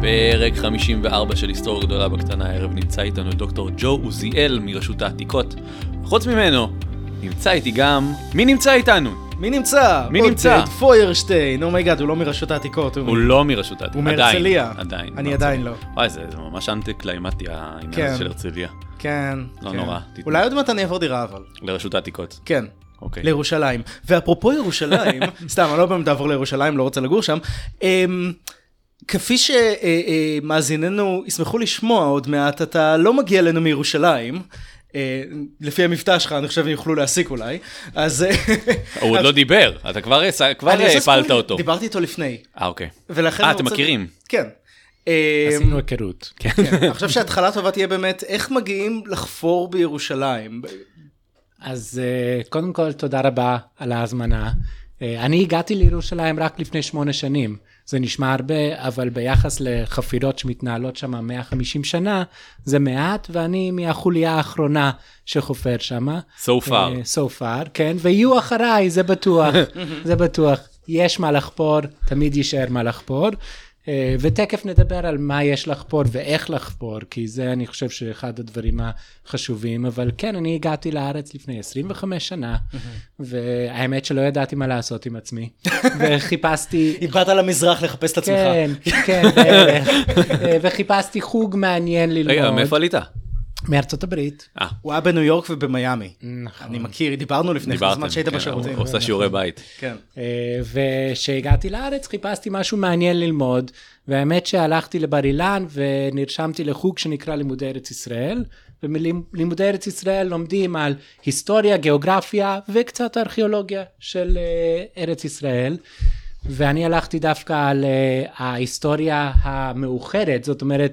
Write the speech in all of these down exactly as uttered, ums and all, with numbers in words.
פרק חמישים וארבע של היסטוריה גדולה בקטנה. הערב נמצא איתנו דוקטור ג'ו עוזיאל מרשות העתיקות. חוץ ממנו, נמצא איתי גם... מי נמצא איתנו? מי נמצא? מי נמצא? עודד פוירשטיין. אומייגאד, הוא לא מרשות העתיקות. הוא לא מרשות העתיקות. הוא מהרצליה. עדיין. אני עדיין לא. וואי, זה ממש אנטי-קליימטי העניין הזה של הרצליה. כן. לא נורא. אולי עוד מעט אני אעבור דירה אבל. לרשות העתיקות. כן. אוקיי. לירושלים. ואפרופו ירושלים, סתם, אני לא באמת אעבור לירושלים, לא רוצה לגור שם. כפי שמאזיננו ישמחו לשמוע עוד מעט, אתה לא מגיע אלינו מירושלים. לפי המבטא שלך, אני חושב יוכלו להסיק אולי. אז... הוא עוד לא דיבר, אתה כבר הפעלת אותו. דיברתי איתו לפני. אה, אוקיי. אה, אתם מכירים? כן. עשינו היכרות. אני חושב שההתחלה טובה תהיה באמת, איך מגיעים לחפור בירושלים? אז קודם כל, תודה רבה על ההזמנה. אני הגעתי לירושלים רק לפני שמונה שנים. זה נשמע הרבה, אבל ביחס לחפירות שמתנהלות שם מאה וחמישים שנה, זה מעט, ואני מהחוליה האחרונה שחופר שם. So far. So far, כן, ויהיו אחריי, זה בטוח, זה בטוח. יש מה לחפור, תמיד יישאר מה לחפור, ותקף נדבר על מה יש לחפור ואיך לחפור, כי זה אני חושב שאחד הדברים החשובים, אבל כן, אני הגעתי לארץ לפני עשרים וחמש שנה, והאמת שלא ידעתי מה לעשות עם עצמי, וחיפשתי... הבאת למזרח לחפש את עצמך. כן, כן, וחיפשתי חוג מעניין ללמוד. רגע, מאיפה עלית? מארצות הברית. הוא היה בניו יורק ובמיאמי. נכון. אני מכיר, דיברנו לפני זמן שהיית בשירותים. הוא עושה שיעורי בית. כן. ושהגעתי לארץ חיפשתי משהו מעניין ללמוד, והאמת שהלכתי לבר אילן ונרשמתי לחוג שנקרא לימודי ארץ ישראל, ובלימודי ארץ ישראל לומדים על היסטוריה, גיאוגרפיה וקצת ארכיאולוגיה של ארץ ישראל, ואני הלכתי דווקא על ההיסטוריה המאוחרת, זאת אומרת,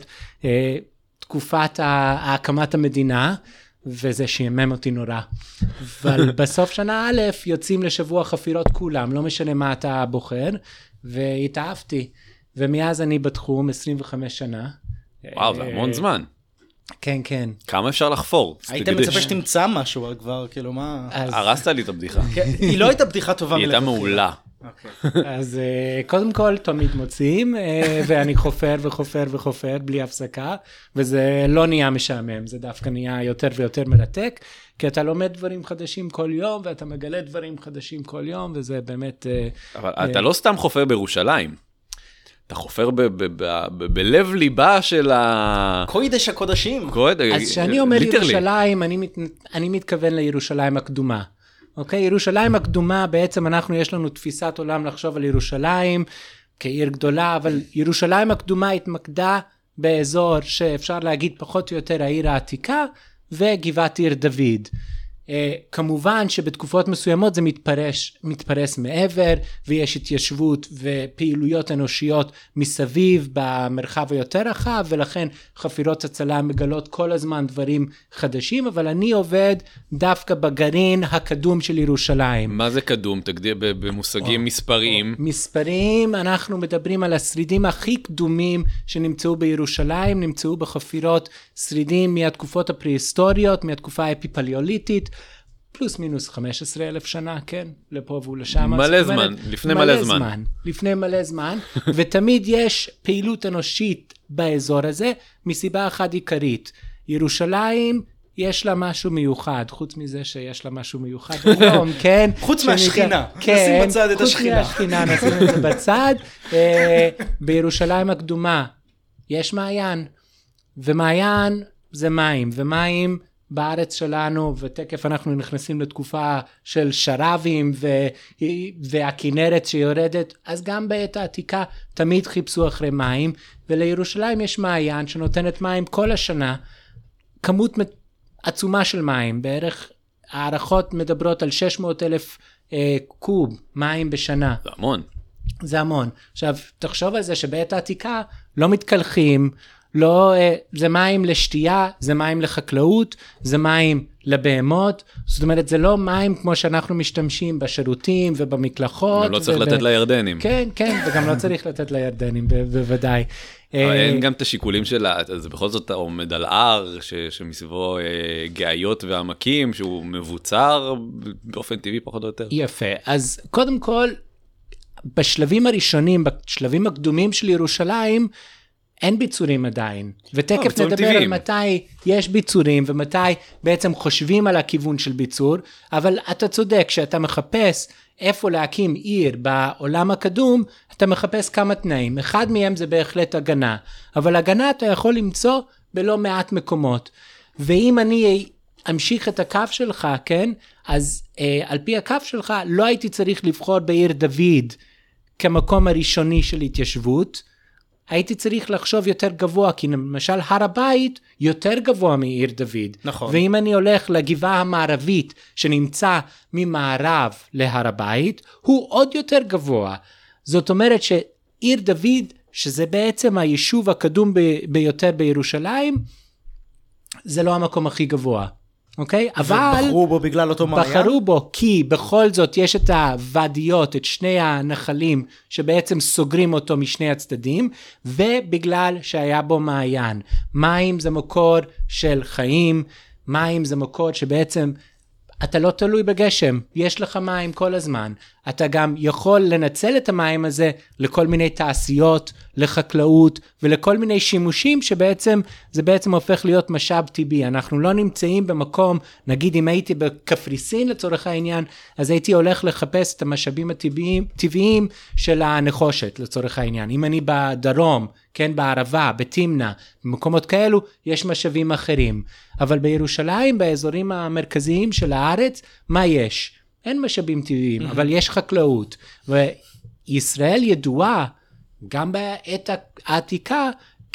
תקופת הקמת המדינה, וזה שימם אותי נורא. אבל בסוף שנה א' יוצאים לשבוע חפירות כולם, לא משנה מה אתה בוחר, והתאהבתי. ומאז אני בתחום עשרים וחמש שנה. וואו, זה המון זמן. כן, כן. כמה אפשר לחפור? היית מצפה שתמצא משהו כבר, כאילו מה... הרסת לי את הבדיחה. היא לא הייתה בדיחה טובה היא הייתה מעולה. אז קודם כל תמיד מוצאים, ואני חופר וחופר וחופר בלי הפסקה, וזה לא נהיה משעמם, זה דווקא נהיה יותר ויותר מרתק, כי אתה לומד דברים חדשים כל יום, ואתה מגלה דברים חדשים כל יום, וזה באמת... אבל אתה לא סתם חופר בירושלים, אתה חופר בלב ליבה של ה... קודש הקודשים. אז כשאני אומר ירושלים, אני מתכוון לירושלים הקדומה. אוקיי, ירושלים הקדומה, בעצם אנחנו, יש לנו תפיסת עולם לחשוב על ירושלים כעיר גדולה, אבל ירושלים הקדומה התמקדה באזור שאפשר להגיד פחות או יותר העיר העתיקה, וגבעת עיר דוד. Uh, כמובן שבתקופות מסוימות זה מתפרש, מתפרס מעבר, ויש התיישבות ופעילויות אנושיות מסביב במרחב היותר רחב, ולכן חפירות הצלה מגלות כל הזמן דברים חדשים, אבל אני עובד דווקא בגרעין הקדום של ירושלים. מה זה קדום? תגדיר במושגים oh, מספריים. Oh. מספריים, אנחנו מדברים על השרידים הכי קדומים שנמצאו בירושלים, נמצאו בחפירות שרידים מהתקופות הפרה-היסטוריות, מהתקופה האפיפליוליתית, פלוס מינוס חמישה עשר אלף שנה, כן, לפה ולשם. מלא זמן, לפני מלא זמן. לפני מלא זמן, ותמיד יש פעילות אנושית באזור הזה, מסיבה אחת עיקרית. ירושלים, יש לה משהו מיוחד, חוץ מזה שיש לה משהו מיוחד היום, כן? חוץ מהשכינה, כן, נשים בצד את השכינה. חוץ מהשכינה, נשים את זה בצד. בירושלים הקדומה, יש מעיין, ומעיין זה מים, ומים בארץ שלנו, ותקף אנחנו נכנסים לתקופה של שרבים ו... והכינרת שיורדת, אז גם בעת העתיקה תמיד חיפשו אחרי מים, ולירושלים יש מעיין שנותנת מים כל השנה, כמות עצומה של מים, בערך הערכות מדברות על שש מאות אלף אה, קוב מים בשנה. זה המון. זה המון. עכשיו, תחשוב על זה שבעת העתיקה לא מתקלחים, לא, זה מים לשתייה, זה מים לחקלאות, זה מים לבהמות, זאת אומרת, זה לא מים כמו שאנחנו משתמשים בשירותים ובמקלחות. גם לא צריך לתת לירדנים. כן, כן, וגם לא צריך לתת לירדנים, בוודאי. אבל אין גם את השיקולים שלה, זה בכל זאת עומד על הר, שמסביבו גאיות ועמקים, שהוא מבוצר באופן טבעי פחות או יותר. יפה, אז קודם כל, בשלבים הראשונים, בשלבים הקדומים של ירושלים, אין ביצורים עדיין, ותכף נדבר על מתי יש ביצורים, ומתי בעצם חושבים על הכיוון של ביצור, אבל אתה צודק, כשאתה מחפש איפה להקים עיר בעולם הקדום, אתה מחפש כמה תנאים, אחד מהם זה בהחלט הגנה, אבל הגנה אתה יכול למצוא בלא מעט מקומות, ואם אני אמשיך את הקו שלך, כן, אז אה, על פי הקו שלך, לא הייתי צריך לבחור בעיר דוד, כמקום הראשוני של התיישבות, הייתי צריך לחשוב יותר גבוה, כי למשל הר הבית יותר גבוה מעיר דוד. נכון. ואם אני הולך לגבעה המערבית שנמצא ממערב להר הבית, הוא עוד יותר גבוה. זאת אומרת שעיר דוד, שזה בעצם היישוב הקדום ב- ביותר בירושלים, זה לא המקום הכי גבוה. אוקיי? אבל בחרו בו בגלל אותו מעיין? בחרו בו, כי בכל זאת יש את הוואדיות, את שני הנחלים, שבעצם סוגרים אותו משני הצדדים, ובגלל שהיה בו מעיין. מים זה מקור של חיים, מים זה מקור שבעצם אתה לא תלוי בגשם, יש לך מים כל הזמן. אתה גם יכול לנצל את המים הזה לכל מיני תעשיות, לחקלאות ולכל מיני שימושים שבעצם, זה בעצם הופך להיות משאב טבעי. אנחנו לא נמצאים במקום, נגיד אם הייתי בקפריסין לצורך העניין, אז הייתי הולך לחפש את המשאבים הטבעיים, טבעיים של הנחושת לצורך העניין. אם אני בדרום, כן, בערבה, בתמנה, במקומות כאלו, יש משאבים אחרים. אבל בירושלים, באזורים המרכזיים של הארץ, מה יש? אין משאבים טבעיים, mm-hmm. אבל יש חקלאות. וישראל ידועה, גם בעת העתיקה,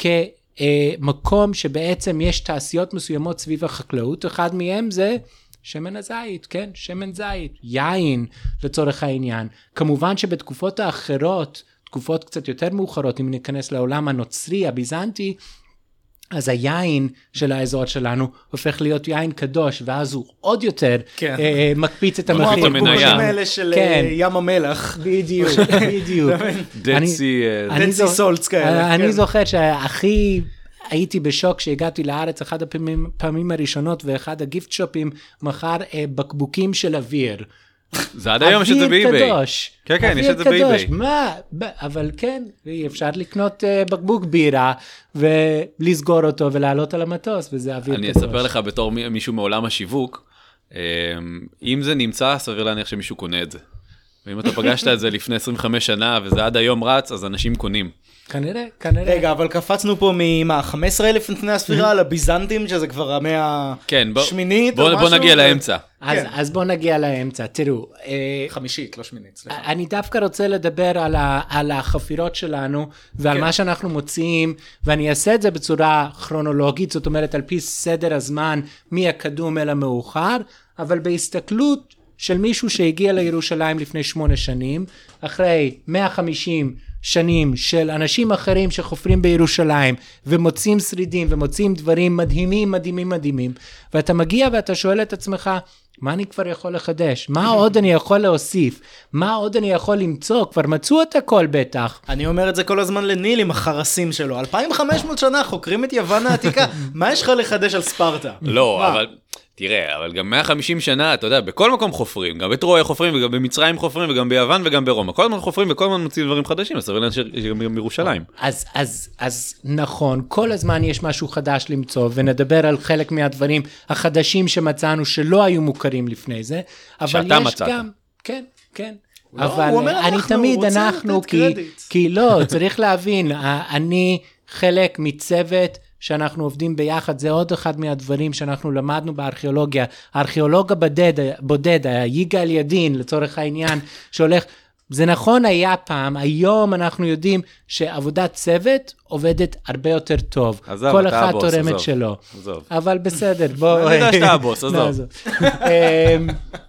כמקום שבעצם יש תעשיות מסוימות סביב החקלאות. אחד מהם זה שמן הזית, כן? שמן זית, יין לצורך העניין. כמובן שבתקופות האחרות, תקופות קצת יותר מאוחרות, אם ניכנס לעולם הנוצרי, הביזנטי, אז היין של האזור שלנו הופך להיות יין קדוש, ואז הוא עוד יותר כן. אה, מקפיץ את המחיר. כמו הפרקושים האלה של כן. ים המלח. בדיוק, בדיוק. דצי סולטס כאלה. אני זוכר שהכי הייתי בשוק שהגעתי לארץ, אחד הפעמים הראשונות, ואחד הגיפט שופים מכר אה, בקבוקים של אוויר. זה עד היום שזה באיביי. אוויר קדוש. כן, כן, יש את זה באיביי. באיביי. מה? אבל כן, אפשר לקנות uh, בקבוק בירה, ולסגור אותו ולעלות על המטוס, וזה אוויר אני קדוש. אספר לך בתור מישהו מעולם השיווק, אם זה נמצא, סביר להניח שמישהו קונה את זה. ואם אתה פגשת את זה לפני עשרים וחמש שנה, וזה עד היום רץ, אז אנשים קונים. כנראה, כנראה. רגע, אבל קפצנו פה ממה, חמש עשרה אלף לפני הספירה, לביזנטים, שזה כבר המאה השמינית או משהו? בוא נגיע לאמצע. אז בוא נגיע לאמצע, תראו. חמישית, לא שמינית, סליחה. אני דווקא רוצה לדבר על החפירות שלנו, ועל מה שאנחנו מוצאים, ואני אעשה את זה בצורה כרונולוגית, זאת אומרת, על פי סדר הזמן, מהקדום אל המאוחר, אבל בהסתכלות של מישהו שהגיע לירושלים לפני שמונה שנים, אחרי מאה וחמישים שנים של אנשים אחרים שחופרים בירושלים, ומוצאים שרידים, ומוצאים דברים מדהימים, מדהימים, מדהימים, ואתה מגיע ואתה שואל את עצמך, מה אני כבר יכול לחדש? מה עוד אני יכול להוסיף? מה עוד אני יכול למצוא? כבר מצאו את הכל בטח. אני אומר את זה כל הזמן לניל עם החרסים שלו. אלפיים וחמש מאות שנה חוקרים את יוון העתיקה. מה יש לך לחדש על ספרטה? לא, אבל תראה, אבל גם מאה וחמישים שנה, אתה יודע, בכל מקום חופרים, גם בטרויה חופרים, וגם במצרים חופרים, וגם ביוון וגם ברומא. כל הזמן חופרים וכל הזמן מוצאים דברים חדשים, אז סביר להניח גם בירושלים. אז, אז, אז נכון, כל הזמן יש משהו חדש למצוא, ונדבר על חלק מהדברים החדשים שמצאנו שלא היו מוכרים לפני זה, אבל שאתה יש מצאת. גם, כן, כן. לא, אבל הוא אומר אני אנחנו, תמיד הוא רוצה אנחנו, לתת כי, קרדיט. כי לא, צריך להבין, אני חלק מצוות שאנחנו עובדים ביחד, זה עוד אחד מהדברים שאנחנו למדנו בארכיאולוגיה, הארכיאולוג הבודד, בודד, יגאל ידין לצורך העניין, שהולך, זה נכון היה פעם, היום אנחנו יודעים שעבודת צוות עובדת הרבה יותר טוב. עזוב, כל אתה אחד הבוס, תורמת עזוב, שלו. עזוב. אבל בסדר, בוא... אני יודע שאתה הבוס, עזוב. אמ,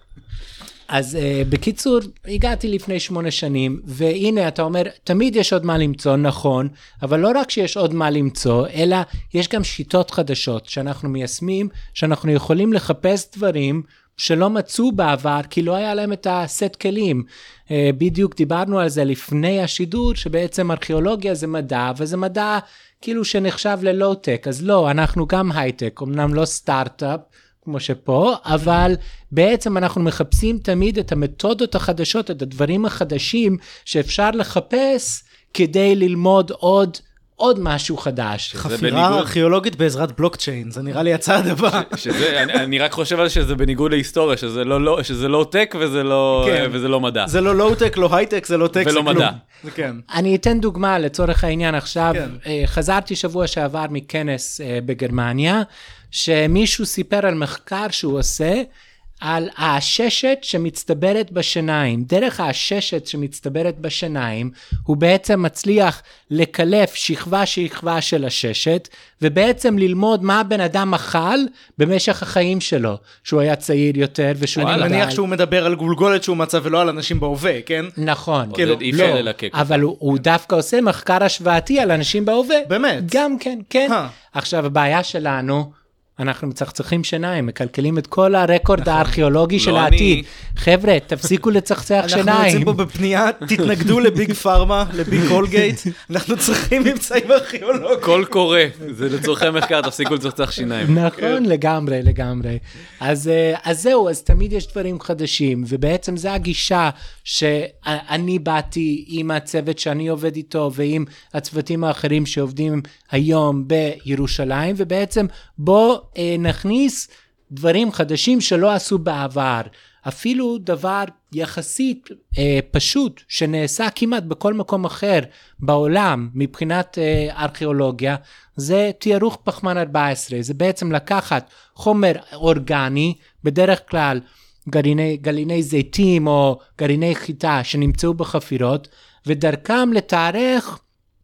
אז uh, בקיצור, הגעתי לפני שמונה שנים, והנה אתה אומר, תמיד יש עוד מה למצוא, נכון, אבל לא רק שיש עוד מה למצוא, אלא יש גם שיטות חדשות שאנחנו מיישמים, שאנחנו יכולים לחפש דברים שלא מצאו בעבר, כי לא היה להם את הסט כלים. Uh, בדיוק דיברנו על זה לפני השידור, שבעצם ארכיאולוגיה זה מדע, וזה מדע כאילו שנחשב ללואו-טק, אז לא, אנחנו גם הייטק, אמנם לא סטארט-אפ, כמו שפה, אבל בעצם אנחנו מחפשים תמיד את המתודות החדשות, את הדברים החדשים שאפשר לחפש כדי ללמוד עוד עוד משהו חדש. חפירה ארכיאולוגית בעזרת בלוקצ'יין, זה נראה לי הצעד הבא. אני רק חושב על שזה בניגוד להיסטוריה, שזה לא טק וזה לא מדע. זה לא לואו-טק, לא הייטק, זה לא טק, זה כלום. אני אתן דוגמה לצורך העניין עכשיו. חזרתי שבוע שעבר מכנס בגרמניה, שמישהו סיפר על מחקר שהוא עושה, על העששת שמצטברת בשיניים. דרך העששת שמצטברת בשיניים, הוא בעצם מצליח לקלף שכבה שכבה של עששת, ובעצם ללמוד מה הבן אדם אכל במשך החיים שלו, שהוא היה צעיר יותר ושהוא... אני מניח שהוא מדבר על גולגולת שהוא מצא ולא על אנשים בהווה, כן? נכון. כאילו, לא, אבל הוא, הוא דווקא עושה מחקר השוואתי על אנשים בהווה. באמת? גם כן, כן. עכשיו, הבעיה שלנו... אנחנו מצחצחים שיניים, מקלקלים את כל הרקורד הארכיאולוגי של העתיד. חבר'ה, תפסיקו לצחצח שיניים. אנחנו רוצים פה בפנייה, תתנגדו לביג פארמה, לביג קולגייט, אנחנו צריכים ממצאים ארכיאולוגיים. קול קורא, זה לצורכי מחקר, תפסיקו לצחצח שיניים. נכון, לגמרי, לגמרי. אז זהו, אז תמיד יש דברים חדשים, ובעצם זה הגישה שאני באתי עם הצוות שאני עובד איתו, ועם הצוותים האחרים שעובדים היום בירושלים, ובעצם בוא נכניס דברים חדשים שלא עשו בעבר. אפילו דבר יחסית אה, פשוט שנעשה כמעט בכל מקום אחר בעולם מבחינת אה, ארכיאולוגיה, זה תיארוך פחמן ארבע עשרה. זה בעצם לקחת חומר אורגני, בדרך כלל גרעיני, גרעיני זיתים או גרעיני חיטה שנמצאו בחפירות, ודרכם לתארך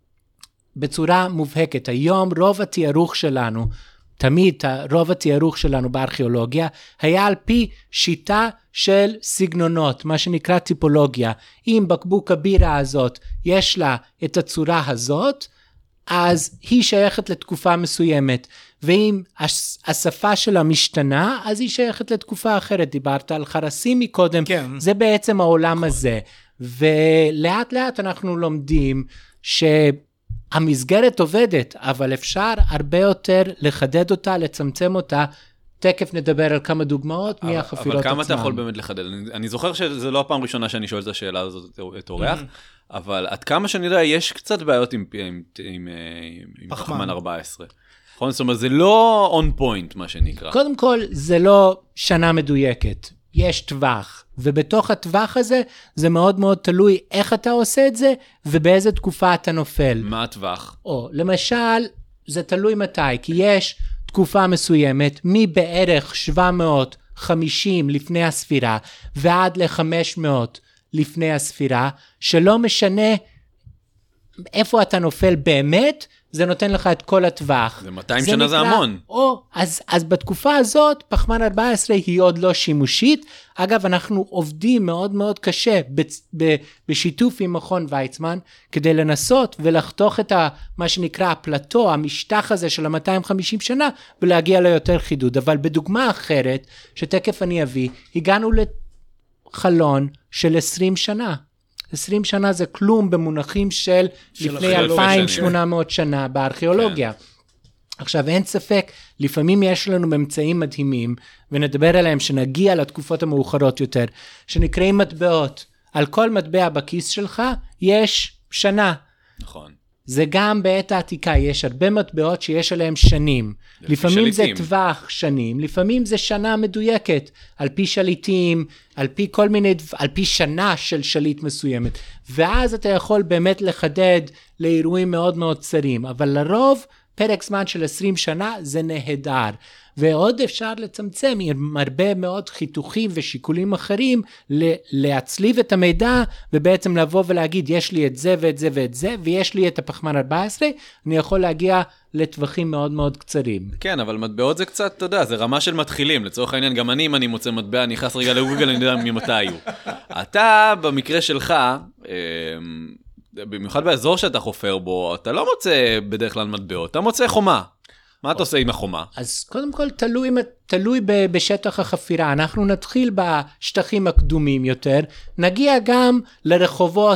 בצורה מובהקת. היום רוב התיארוך שלנו, תמיד רוב התיארוך שלנו בארכיאולוגיה, היה על פי שיטה של סגנונות, מה שנקרא טיפולוגיה. אם בקבוק הבירה הזאת יש לה את הצורה הזאת, אז היא שייכת לתקופה מסוימת. ואם השפה שלה משתנה, אז היא שייכת לתקופה אחרת. דיברת על חרסים מקודם, כן. זה בעצם העולם הזה. ולאט לאט אנחנו לומדים ש... המסגרת עובדת, אבל אפשר הרבה יותר לחדד אותה, לצמצם אותה. תקף נדבר על כמה דוגמאות מהחפירות עצמם. אבל כמה אתה יכול באמת לחדד? אני, אני זוכר שזה לא הפעם ראשונה שאני שואל את השאלה הזאת את אורח, mm-hmm. אבל עד כמה שאני יודע, יש קצת בעיות עם, עם, עם, עם פחמן ארבע עשרה. נכון? זאת אומרת, זה לא on point, מה שנקרא. קודם כל, זה לא שנה מדויקת. יש טווח, ובתוך הטווח הזה, זה מאוד מאוד תלוי איך אתה עושה את זה, ובאיזה תקופה אתה נופל. מה הטווח? או, למשל, זה תלוי מתי, כי יש תקופה מסוימת, מבערך שבע מאות וחמישים לפני הספירה, ועד ל-חמש מאות לפני הספירה, שלא משנה איפה אתה נופל באמת, זה נותן לך את כל הטווח. זה מאתיים שנה זה המון. או, אז, אז בתקופה הזאת, פחמן ארבע עשרה היא עוד לא שימושית. אגב, אנחנו עובדים מאוד מאוד קשה ב, ב, בשיתוף עם מכון ויצמן, כדי לנסות ולחתוך את ה, מה שנקרא הפלטו, המשטח הזה של ה-מאתיים וחמישים שנה, ולהגיע ליותר חידוד. אבל בדוגמה אחרת, שתקף אני אביא, הגענו לחלון של עשרים שנה. עשרים שנה זה כלום במונחים של, של לפני אלפיים ושמונה מאות שנה בארכיאולוגיה. כן. עכשיו אין ספק, לפעמים יש לנו ממצאים מדהימים, ונדבר עליהם שנגיע לתקופות המאוחרות יותר, שנקראים מטבעות. על כל מטבע בכיס שלך יש שנה. נכון. זה גם בעת העתיקה, יש הרבה מטבעות שיש עליהם שנים. לפעמים שליטים. זה טווח שנים, לפעמים זה שנה מדויקת, על פי שליטים, על פי כל מיני, על פי שנה של שליט מסוימת. ואז אתה יכול באמת לחדד לאירועים מאוד מאוד צרים, אבל לרוב פרק זמן של עשרים שנה זה נהדר. ועוד אפשר לצמצם עם הרבה מאוד חיתוכים ושיקולים אחרים, להצליב את המידע, ובעצם לבוא ולהגיד, יש לי את זה ואת זה ואת זה, ויש לי את הפחמן ארבע עשרה, אני יכול להגיע לטווחים מאוד מאוד קצרים. כן, אבל מטבעות זה קצת, אתה יודע, זה רמה של מתחילים. לצורך העניין, גם אני, אם אני מוצא מטבע, אני נכנס רגע לגוגל, אני יודע ממתי היו. אתה, במקרה שלך, במיוחד באזור שאתה חופר בו, אתה לא מוצא בדרך כלל מטבעות, אתה מוצא חומה. מה אתה עושה עם החומה? אז קודם כל תלוי, תלוי בשטח החפירה. אנחנו נתחיל בשטחים הקדומים יותר, נגיע גם לרחובות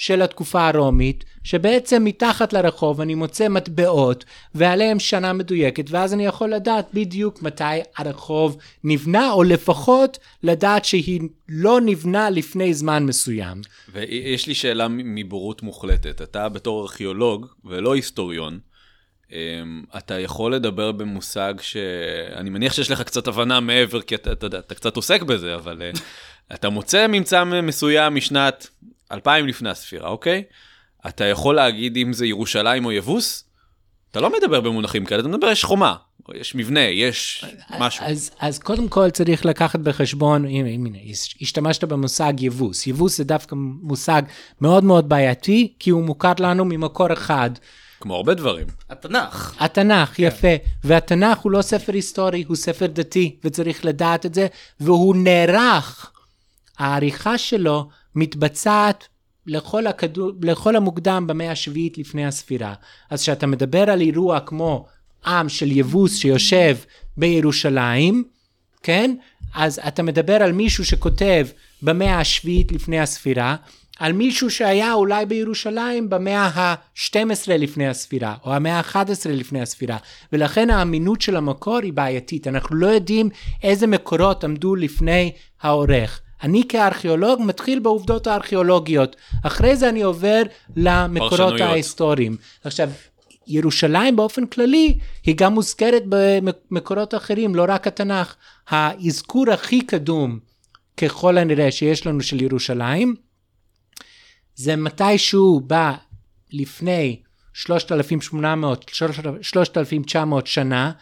של התקופה הרומית, שבעצם מתחת לרחוב אני מוצא מטבעות, ועליהם שנה מדויקת, ואז אני יכול לדעת בדיוק מתי הרחוב נבנה, או לפחות לדעת שהיא לא נבנה לפני זמן מסוים. ויש לי שאלה מבורות מוחלטת. אתה בתור ארכיאולוג ולא היסטוריון, אתה יכול לדבר במושג שאני מניח שיש לך קצת הבנה מעבר, כי אתה, אתה, אתה קצת עוסק בזה, אבל אתה מוצא ממצא מסוים משנת אלפיים לפני הספירה, אוקיי? אתה יכול להגיד אם זה ירושלים או יבוס? אתה לא מדבר במונחים כאלה, אתה מדבר, יש חומה, יש מבנה, יש משהו. אז, אז קודם כל צריך לקחת בחשבון, הנה, הנה, השתמשת במושג יבוס. יבוס זה דווקא מושג מאוד מאוד בעייתי, כי הוא מוכר לנו ממקור אחד. כמו הרבה דברים. התנ"ך. התנ"ך, כן. יפה. והתנ"ך הוא לא ספר היסטורי, הוא ספר דתי, וצריך לדעת את זה, והוא נערך. העריכה שלו מתבצעת לכל, הכדור, לכל המוקדם במאה השביעית לפני הספירה. אז כשאתה מדבר על אירוע כמו עם של יבוס שיושב בירושלים, כן? אז אתה מדבר על מישהו שכותב במאה השביעית לפני הספירה, על מישהו שהיה אולי בירושלים במאה ה-שתים עשרה לפני הספירה, או המאה ה-אחת עשרה לפני הספירה, ולכן האמינות של המקור היא בעייתית. אנחנו לא יודעים איזה מקורות עמדו לפני העורך. אני כארכיאולוג מתחיל בעובדות הארכיאולוגיות, אחרי זה אני עובר למקורות ההיסטוריים. עכשיו, ירושלים באופן כללי היא גם מוזכרת במקורות אחרים, לא רק התנ"ך. האזכור הכי קדום ככל הנראה שיש לנו של ירושלים, זה מתישהו בא לפני שלושת אלפים שמונה מאות, שלושת אלפים תשע מאות שנה,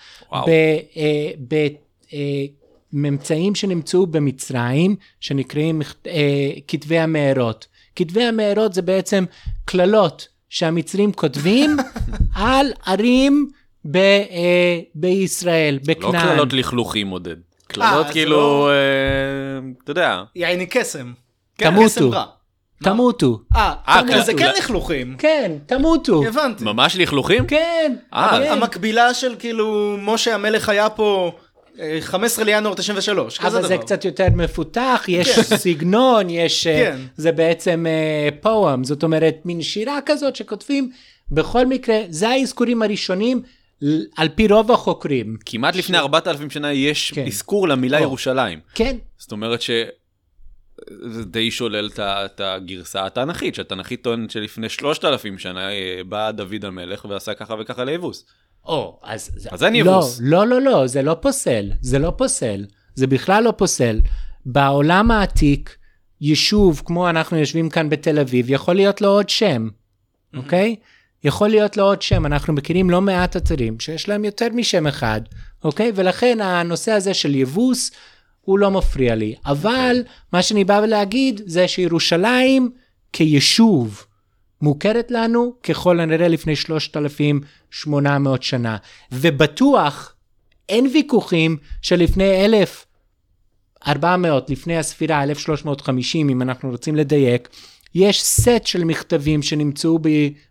בממצאים שנמצאו במצרים, שנקראים כתבי המארות. כתבי המארות זה בעצם כללות שהמצרים כותבים על ערים בישראל, בכנען. לא כללות לכלוכים, עודד. כללות כאילו, אתה יודע. יעני קסם. תמותו. תמותו. אה, זה כן לכלוכים. כן, תמותו. הבנתי. ממש לכלוכים? כן. המקבילה של כאילו, משה המלך היה פה חמישה עשר לינואר תשעים ושלוש, אבל זה קצת יותר מפותח, יש סגנון, יש, זה בעצם פואם, זאת אומרת, מין שירה כזאת שכותבים, בכל מקרה, זה האזכורים הראשונים, על פי רוב החוקרים. כמעט לפני ארבעת אלפים שנה יש אזכור למילה ירושלים. כן. זאת אומרת ש... זה די שולל את הגרסה התנ"כית, שהתנ"כית טוענת שלפני שלושת אלפים שנה בא דוד המלך ועשה ככה וככה ליבוס. או, אז... אז אין יבוס. לא, לא, לא, זה לא פוסל, זה לא פוסל, זה בכלל לא פוסל. בעולם העתיק, יישוב, כמו אנחנו יושבים כאן בתל אביב, יכול להיות לו עוד שם, אוקיי? יכול להיות לו עוד שם, אנחנו מכירים לא מעט אתרים, שיש להם יותר משם אחד, אוקיי? ולכן הנושא הזה של יבוס, הוא לא מפריע לי, אבל okay. מה שאני בא להגיד זה שירושלים כיישוב מוכרת לנו ככל הנראה לפני שלושת אלפים שמונה מאות שנה, ובטוח אין ויכוחים שלפני אלף ארבע מאות, לפני הספירה אלף שלוש מאות וחמישים, אם אנחנו רוצים לדייק, יש סט של מכתבים שנמצאו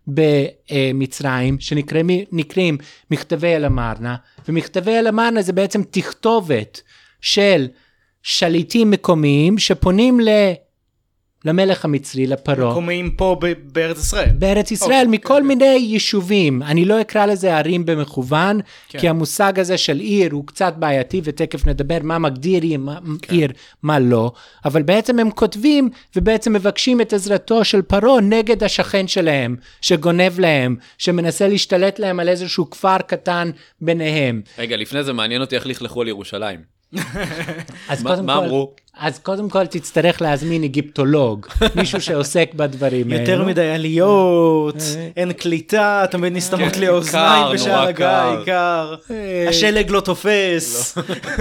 במצרים, שנקראים מכתבי אל-אמרנה, ומכתבי אל-אמרנה זה בעצם תכתובת של שליטים מקומיים שפונים ל... למלך המצרי, לפרעה. מקומיים פה ב- בארץ ישראל. בארץ ישראל, okay, מכל okay. מיני יישובים. אני לא אקרא לזה ערים במכוון, okay. כי המושג הזה של עיר הוא קצת בעייתי, ותכף נדבר מה מגדיר עיר, okay. עיר, מה לא. אבל בעצם הם כותבים, ובעצם מבקשים את עזרתו של פרעה נגד השכן שלהם, שגונב להם, שמנסה להשתלט להם על איזשהו כפר קטן ביניהם. רגע, לפני זה מעניין אותי איך לכלכו על ירושלים. אז קודם מה כל, אמרו? אז קודם כל תצטרך להזמין אגיפטולוג, מישהו שעוסק בדברים האלה. יותר מדי עליות, אין קליטה, תמיד נסתמות לי אוזניים בשער הגיא, קר, השלג לא תופס.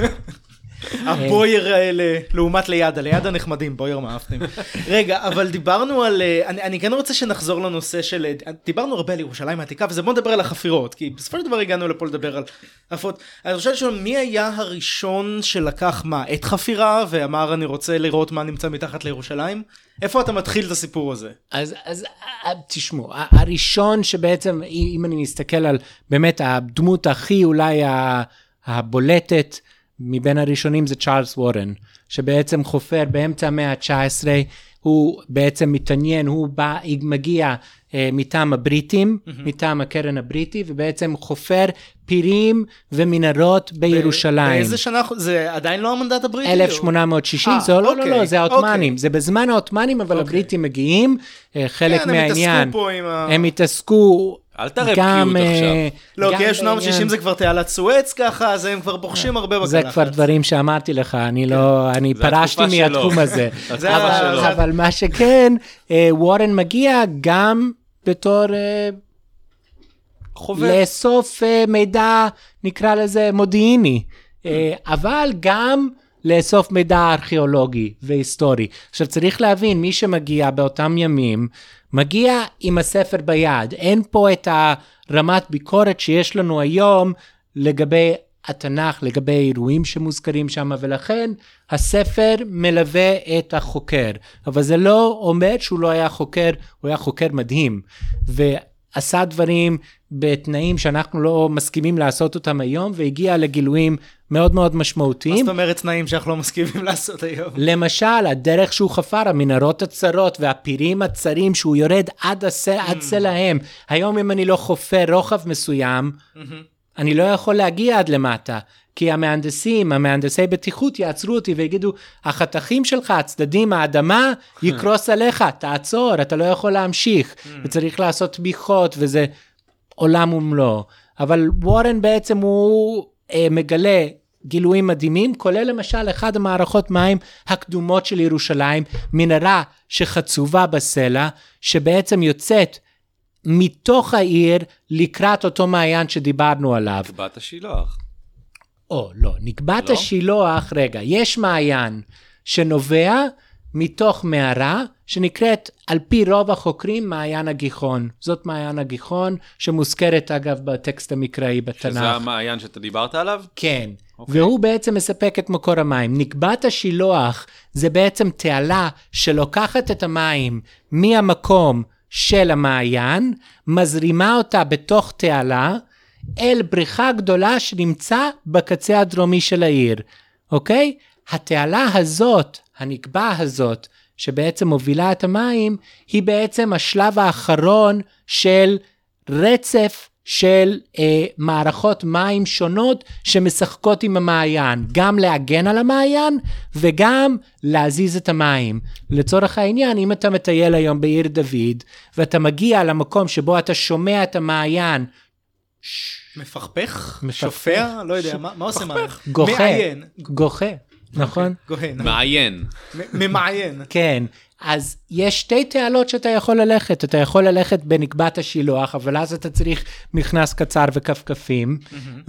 הבויר האלה, לעומת ליד, ליד הנחמדים, בויר מאפנים. רגע, אבל דיברנו על, אני, אני כן רוצה שנחזור לנושא של, דיברנו הרבה על ירושלים העתיקה, וזה בוא נדבר על החפירות, כי בסופו של דבר הגענו לפה לדבר על חפירות. אני חושב לשאול, מי היה הראשון שלקח מה, את חפירה, ואמר אני רוצה לראות מה נמצא מתחת לירושלים? איפה אתה מתחיל את הסיפור הזה? אז, אז תשמעו, הראשון שבעצם, אם אני מסתכל על באמת הדמות הכי אולי הבולטת, מבין הראשונים זה צ'ארלס וורן, שבעצם חופר באמצע המאה ה-תשע עשרה, הוא בעצם מתעניין, הוא בא, מגיע אה, מטעם הבריטים, mm-hmm. מטעם הקרן הבריטי, ובעצם חופר פירים ומנהרות בירושלים. באיזה שנה? זה עדיין לא המנדט הבריטי? אלף שמונה מאות שישים, 아, זה לא, אוקיי, לא, לא, זה העות'מאנים. אוקיי. זה בזמן העות'מאנים, אבל אוקיי. הבריטים מגיעים, אה, חלק כן, מהעניין. הם התעסקו פה עם ה... הם התעסקו... אל תראה פקיעות עכשיו. לא, כי אלף שמונה מאות שישים זה כבר תעלת סואץ ככה, אז הם כבר בוחשים הרבה בקלחת. זה כבר דברים שאמרתי לך, אני לא, אני פרשתי מהתחום הזה. אבל מה שכן, וורן מגיע גם בתור לאסוף מידע, נקרא לזה מודיעיני, אבל גם לאסוף מידע ארכיאולוגי והיסטורי. עכשיו צריך להבין, מי שמגיע באותם ימים, מגיע עם הספר ביד. אין פה את הרמת ביקורת שיש לנו היום לגבי התנ"ך, לגבי אירועים שמוזכרים שם, ולכן הספר מלווה את החוקר. אבל זה לא אומר שהוא לא היה חוקר, הוא היה חוקר מדהים. ועשה דברים בתנאים שאנחנו לא מסכימים לעשות אותם היום, והגיע לגילויים מאוד מאוד משמעותיים. מה זאת אומרת תנאים שאנחנו לא מסכימים לעשות היום? למשל, הדרך שהוא חפר, המנהרות הצרות והפירים הצרים שהוא יורד עד, הס... mm. עד סלהם. היום אם אני לא חופר רוחב מסוים, mm-hmm. אני לא יכול להגיע עד למטה, כי המהנדסים, המהנדסי בטיחות יעצרו אותי ויגידו, החתכים שלך, הצדדים, האדמה, יקרוס עליך, תעצור, אתה לא יכול להמשיך, mm. וצריך לעשות תמיכות, וזה עולם ומלוא. אבל וורן בעצם הוא אה, מגלה גילויים מדהימים, כולל למשל אחד המערכות מים הקדומות של ירושלים, מנהרה שחצובה בסלע, שבעצם יוצאת מתוך העיר לקראת אותו מעיין שדיברנו עליו. נקבת השילוח. או, לא, נקבת לא? השילוח, רגע, יש מעיין שנובע מתוך מערה, שנקראת על פי רוב החוקרים מעיין הגיחון. זאת מעיין הגיחון, שמוזכרת אגב בטקסט המקראי בתנ"ך. שזה המעיין שאתה דיברת עליו? כן, okay. והוא בעצם מספק את מקור המים. נקבת השילוח זה בעצם תעלה שלוקחת את המים מהמקום של המעיין, מזרימה אותה בתוך תעלה, אל בריכה גדולה שנמצא בקצה הדרומי של העיר. אוקיי? התעלה הזאת, הנקבה הזאת, שבעצם מובילה את המים, היא בעצם השלב האחרון של רצף של אה, מערכות מים שונות שמשחקות עם המעיין, גם להגן על המעיין וגם להזיז את המים. לצורך העניין, אם אתה מטייל היום בעיר דוד, ואתה מגיע למקום שבו אתה שומע את המעיין, מפכפך? שופע? לא יודע, מה עושה מעיין? גוחה. גוחה. נכון? גוהן. מעיין. ממעיין. כן. אז יש שתי תעלות שאתה יכול ללכת. אתה יכול ללכת בנקבת השילוח, אבל אז אתה צריך מכנס קצר וכפכפים,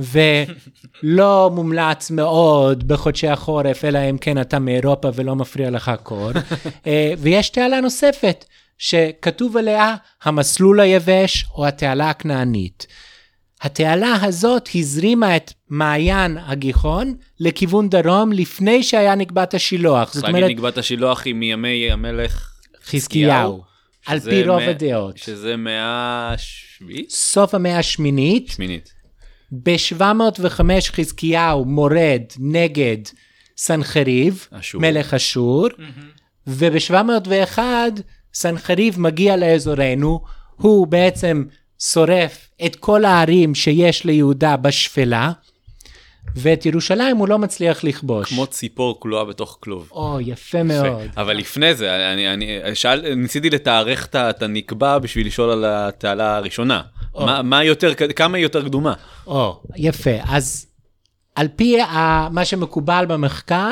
ולא מומלץ מאוד בחודשי החורף, אלא אם כן אתה מאירופה ולא מפריע לך קור. ויש תעלה נוספת, שכתוב עליה המסלול היבש או התעלה הכנענית. התעלה הזאת הזרימה את מעיין הגיחון לכיוון דרום לפני שהיה נקבת השילוח. זאת אומרת, נקבת השילוח היא מימי המלך חזקיהו, על פי רוב הדעות. שזה מאה שביעית? סוף המאה השמינית. שמינית. ב-שבע מאות וחמש חזקיהו מורד נגד סנחריב, מלך אשור, וב-שבע מאות ואחת סנחריב מגיע לאזורנו, הוא בעצם שורף את כל הערים שיש ליהודה בשפלה, ואת ירושלים הוא לא מצליח לכבוש. כמו ציפור כלואה בתוך כלוב. או, יפה מאוד. אבל לפני זה, אני, אני, שאל, ניסיתי לתארך את הנקבה בשביל לשאול על התעלה הראשונה. מה, מה יותר, כמה היא יותר קדומה? או, יפה. אז על פי מה שמקובל במחקר,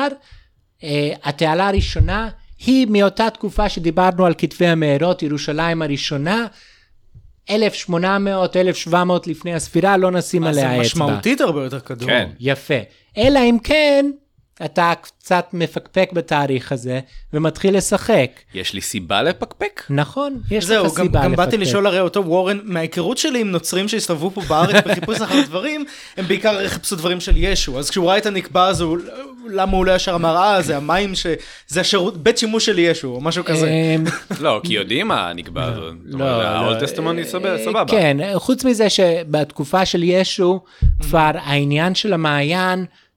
התעלה הראשונה היא מאותה תקופה שדיברנו על כתבי המארות, ירושלים הראשונה, אלף שמונה מאות, אלף שבע מאות לפני הספירה, לא נשים עליה אצבע. זה משמעותית הרבה יותר קדום. כן. יפה. אלא אם כן, אתה קצת מפקפק בתאריך הזה, ומתחיל לשחק. יש לי סיבה לפקפק? נכון, יש זהו, לך סיבה גם, לפקפק. גם באתי לשאול הרי אותו וורן, מההיכרות שלי עם נוצרים שהסתובבו פה בארץ בחיפוש אחר דברים, הם בעיקר חיפשו דברים של ישו. אז כשהוא ראה את הנקבה הזו, למה הוא לא ישר אמר, אה, זה המים ש... זה השירות, בית שימוש של ישו, או משהו כזה. לא, כי יודעים מה הנקבה הזו. לא, לא. האולד טסטמנט סבבה. כן, חוץ מזה שבתקופה של ישו, כבר העניין של המעיין,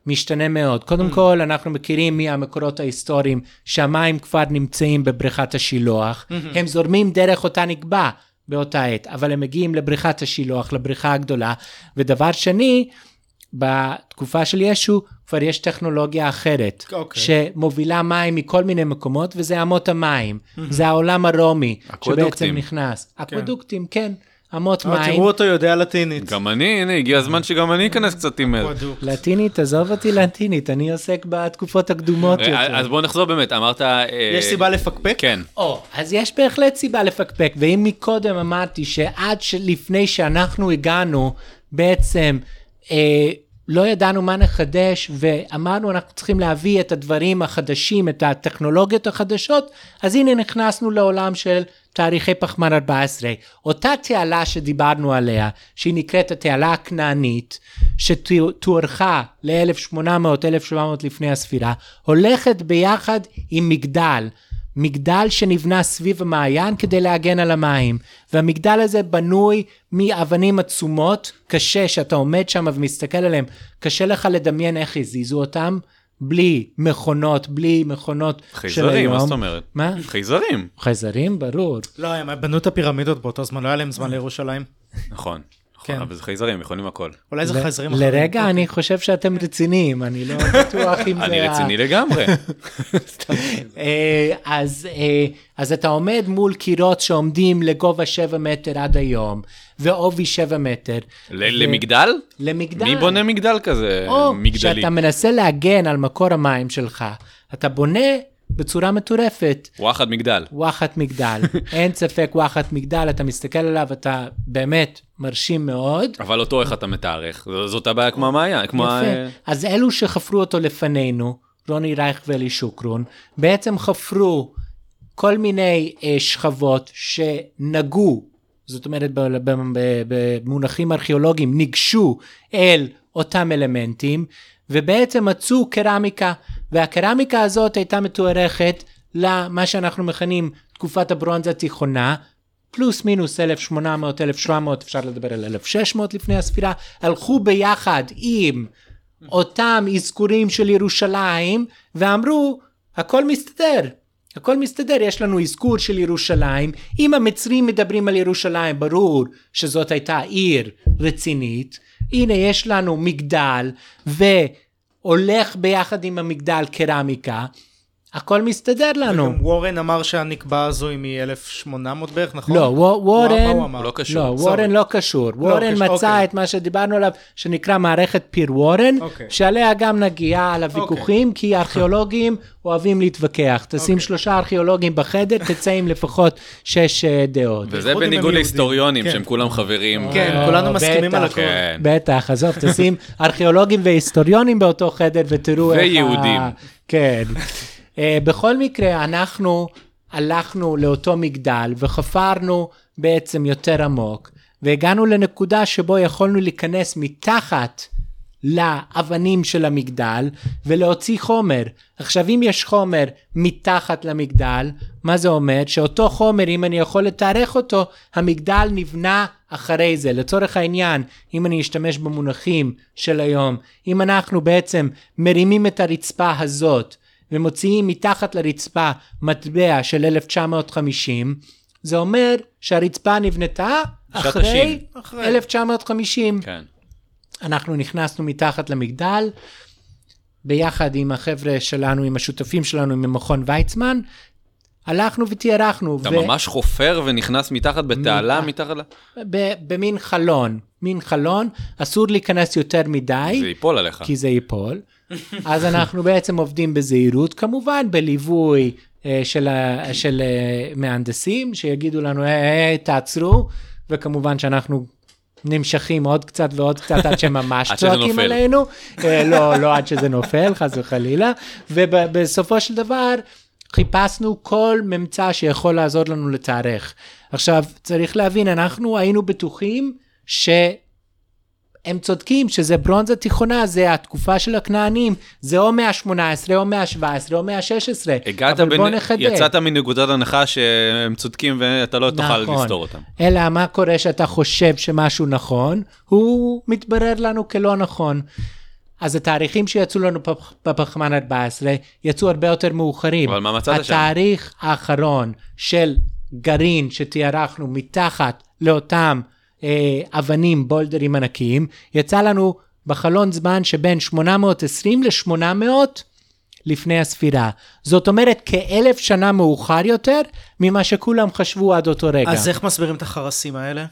משתנה מאוד. קודם כל, אנחנו מכירים מהמקורות ההיסטוריים שהמים כבר נמצאים בבריכת השילוח. הם זורמים דרך אותה נקבע באותה עת, אבל הם מגיעים לבריכת השילוח, לבריכה הגדולה. ודבר שני, בתקופה של ישו כבר יש טכנולוגיה אחרת, okay. שמובילה מים מכל מיני מקומות, וזה אמות המים. Mm-hmm. זה העולם הרומי, שבעצם נכנס. כן. אקוודוקטים, כן. אמות מים. תראו אותו יודע לטינית. גם אני, הנה, הגיע הזמן שגם אני אכנס קצת עם אל. לטינית, עזוב אותי לטינית, אני עוסק בתקופות הקדומות יותר. אז בוא נחזור באמת, אמרת... יש סיבה לפקפק? כן. או, אז יש בהחלט סיבה לפקפק, ואם מקודם אמרתי שעד לפני שאנחנו הגענו, בעצם לא ידענו מה נחדש, ואמרנו אנחנו צריכים להביא את הדברים החדשים, את הטכנולוגיות החדשות, אז הנה נכנסנו לעולם של תאריכי פחמן ארבע עשרה. אותה תעלה שדיברנו עליה, שהיא נקראת התעלה הכנענית, שתוארכה ל-אלף שמונה מאות אלף שבע מאות לפני הספירה, הולכת ביחד עם מגדל, מגדל שנבנה סביב המעיין כדי להגן על המים, והמגדל הזה בנוי מאבנים עצומות, קשה שאתה עומד שם ומסתכל עליהם, קשה לך לדמיין איך הזיזו אותם, בלי מכונות, בלי מכונות של היום. חייזרים, מה זאת אומרת? מה? חייזרים. חייזרים, ברור. לא, הם בנו את הפירמידות באותו זמן, לא היה להם זמן לירושלים. נכון. נכון, אבל זה חייזרים, יכולים הכל. אולי זה חייזרים אחרים. לרגע אני חושב שאתם רציניים, אני לא בטוח אם זה... אני רציני לגמרי. אז אתה עומד מול קירות שעומדים לגובה שבע מטר עד היום, ועובי שבע מטר. למגדל? למגדל. מי בונה מגדל כזה? או שאתה מנסה להגן על מקור המים שלך, אתה בונה בצורה מטורפת. וואחד מגדל. וואחד מגדל. אין ספק וואחד מגדל, אתה מסתכל עליו, אתה באמת מרשים מאוד. אבל אותו איך אתה מתארך, זאת הבעיה כמו המעיין. יפה. אז אלו שחפרו אותו לפנינו, רוני רייך ואלי שוקרון, בעצם חפרו כל מיני שכבות שנגעו, זאת אומרת במונחים ארכיאולוגיים, ניגשו אל אותם אלמנטים, ובעצם מצאו קרמיקה, והקרמיקה הזאת הייתה מתוארכת למה שאנחנו מכנים תקופת הברונזה התיכונה, פלוס מינוס אלף שמונה מאות אלף שבע מאות, אפשר לדבר על אלף שש מאות לפני הספירה, הלכו ביחד עם אותם אזכורים של ירושלים, ואמרו, הכל מסתדר, הכל מסתדר, יש לנו אזכור של ירושלים, אם המצרים מדברים על ירושלים, ברור שזאת הייתה עיר רצינית, הנה יש לנו מגדל, והולך ביחד עם המגדל קרמיקה, הכל מסתדר לנו. וגם וורן אמר שהנקבה הזו היא מ-אלף שמונה מאות בערך, נכון? לא, וורן, לא קשור. לא, וורן לא קשור. וורן מצא את מה שדיברנו עליו, שנקרא מערכת פיר וורן, שעליה גם נגיע על הוויכוחים, כי הארכיאולוגים אוהבים להתווכח. תשים שלושה ארכיאולוגים בחדר, תצא עם לפחות שש דעות. וזה בניגוד להיסטוריונים, שהם כולם חברים. כן, כולנו מסכימים על הכל. בטח, עזוב, תשים ארכיאולוגים והיסטוריונים באותו חדר, ותראו איך... ויהודים. כן. Uh, בכל מקרה, אנחנו הלכנו לאותו מגדל וחפרנו בעצם יותר עמוק, והגענו לנקודה שבו יכולנו להיכנס מתחת לאבנים של המגדל ולהוציא חומר. עכשיו, אם יש חומר מתחת למגדל, מה זה אומר? שאותו חומר, אם אני יכול לתארך אותו, המגדל נבנה אחרי זה. לצורך העניין, אם אני אשתמש במונחים של היום, אם אנחנו בעצם מרימים את הרצפה הזאת, ומוציאים מתחת לרצפה מטבע של אלף תשע מאות וחמישים, זה אומר שהרצפה נבנתה אחרי, אחרי אלף תשע מאות וחמישים. כן. אנחנו נכנסנו מתחת למגדל, ביחד עם החבר'ה שלנו, עם השותפים שלנו, עם מכון ויצמן, הלכנו ותיארחנו. אתה ו... ממש חופר ונכנס מתחת בתעלה, מתחת ל... ב- במין חלון, מין חלון, אסור להיכנס יותר מדי. זה ייפול עליך. כי זה ייפול. אז אנחנו בעצם עובדים בזהירות, כמובן בליווי אה, של, ה, של אה, מהנדסים, שיגידו לנו, היי, היי, תעצרו, וכמובן שאנחנו נמשכים עוד קצת ועוד קצת, עד שממש צועקים עלינו, אה, לא, לא עד שזה נופל, חס וחלילה, ובסופו של דבר, חיפשנו כל ממצא שיכול לעזור לנו לתארך. עכשיו, צריך להבין, אנחנו היינו בטוחים ש... הם צודקים שזה ברונזה תיכונה, זה התקופה של הכנענים, זה או מאה ה-שמונה עשרה, או מאה ה-שבע עשרה, או מאה ה-שש עשרה. הגעת בין, יצאת מנקודת הנחה שהם צודקים ואתה לא תוכל לסתור אותם. אלא מה קורה שאתה חושב שמשהו נכון, הוא מתברר לנו כלא נכון. אז התאריכים שיצאו לנו בפחמן ארבע עשרה יצאו הרבה יותר מאוחרים. אבל מה מצאת שם? התאריך האחרון של גרעין שתיארחנו מתחת לאותם אה, אבנים, בולדרים ענקיים, יצא לנו בחלון זמן שבין שמונה מאות ועשרים ל-שמונה מאות לפני הספירה. זאת אומרת כאלף שנה מאוחר יותר ממה שכולם חשבו עד אותו רגע. אז איך מסבירים את החרסים האלה?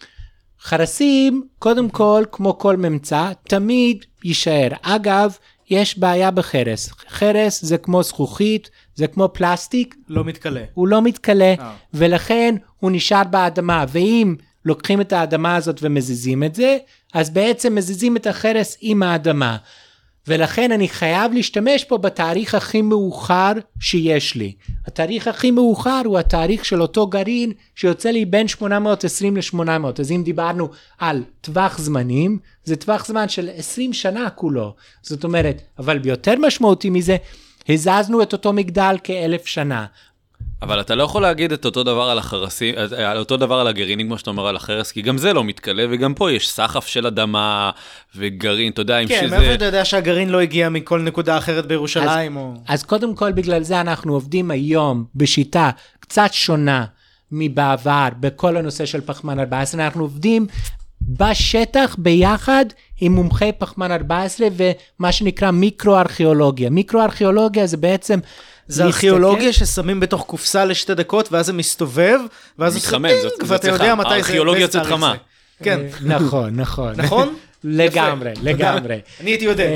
חרסים, קודם כל, כמו כל ממצא, תמיד יישאר. אגב, יש בעיה בחרס. חרס זה כמו זכוכית, זה כמו פלסטיק. לא מתקלה. הוא לא מתקלה, אה. ולכן הוא נשאר באדמה. ואם לוקחים את האדמה הזאת ומזיזים את זה, אז בעצם מזיזים את החרס עם האדמה. ולכן אני חייב להשתמש פה בתאריך הכי מאוחר שיש לי. התאריך הכי מאוחר הוא התאריך של אותו גרעין שיוצא לי בין שמונה מאות ועשרים ל-שמונה מאות. אז אם דיברנו על טווח זמנים, זה טווח זמן של עשרים שנה כולו. זאת אומרת, אבל ביותר משמעותי מזה, הזזנו את אותו מגדל כאלף שנה. אבל אתה לא יכול להגיד את אותו דבר על החרסים, על אותו דבר על הגרעינים, כמו שאתה אומר על החרס, כי גם זה לא מתקלה, וגם פה יש סחף של אדמה וגרעין, אתה יודע, כן, מאיפה אתה יודע שהגרעין לא הגיע מכל נקודה אחרת בירושלים? אז, או... אז קודם כל, בגלל זה אנחנו עובדים היום בשיטה קצת שונה מבעבר, בכל הנושא של פחמן ארבע עשרה, אנחנו עובדים בשטח ביחד עם מומחי פחמן ארבע עשרה, ומה שנקרא מיקרו-ארכיאולוגיה. מיקרו-ארכיאולוגיה זה בעצם... זה ארכיאולוגיה ששמים בתוך קופסה לשתי דקות, ואז זה מסתובב, ואז זה מתחמם, ואתה יודע מתי זה... הארכיאולוגיה יוצאת חמה. כן. נכון, נכון. נכון? לגמרי, לגמרי. אני הייתי יודע.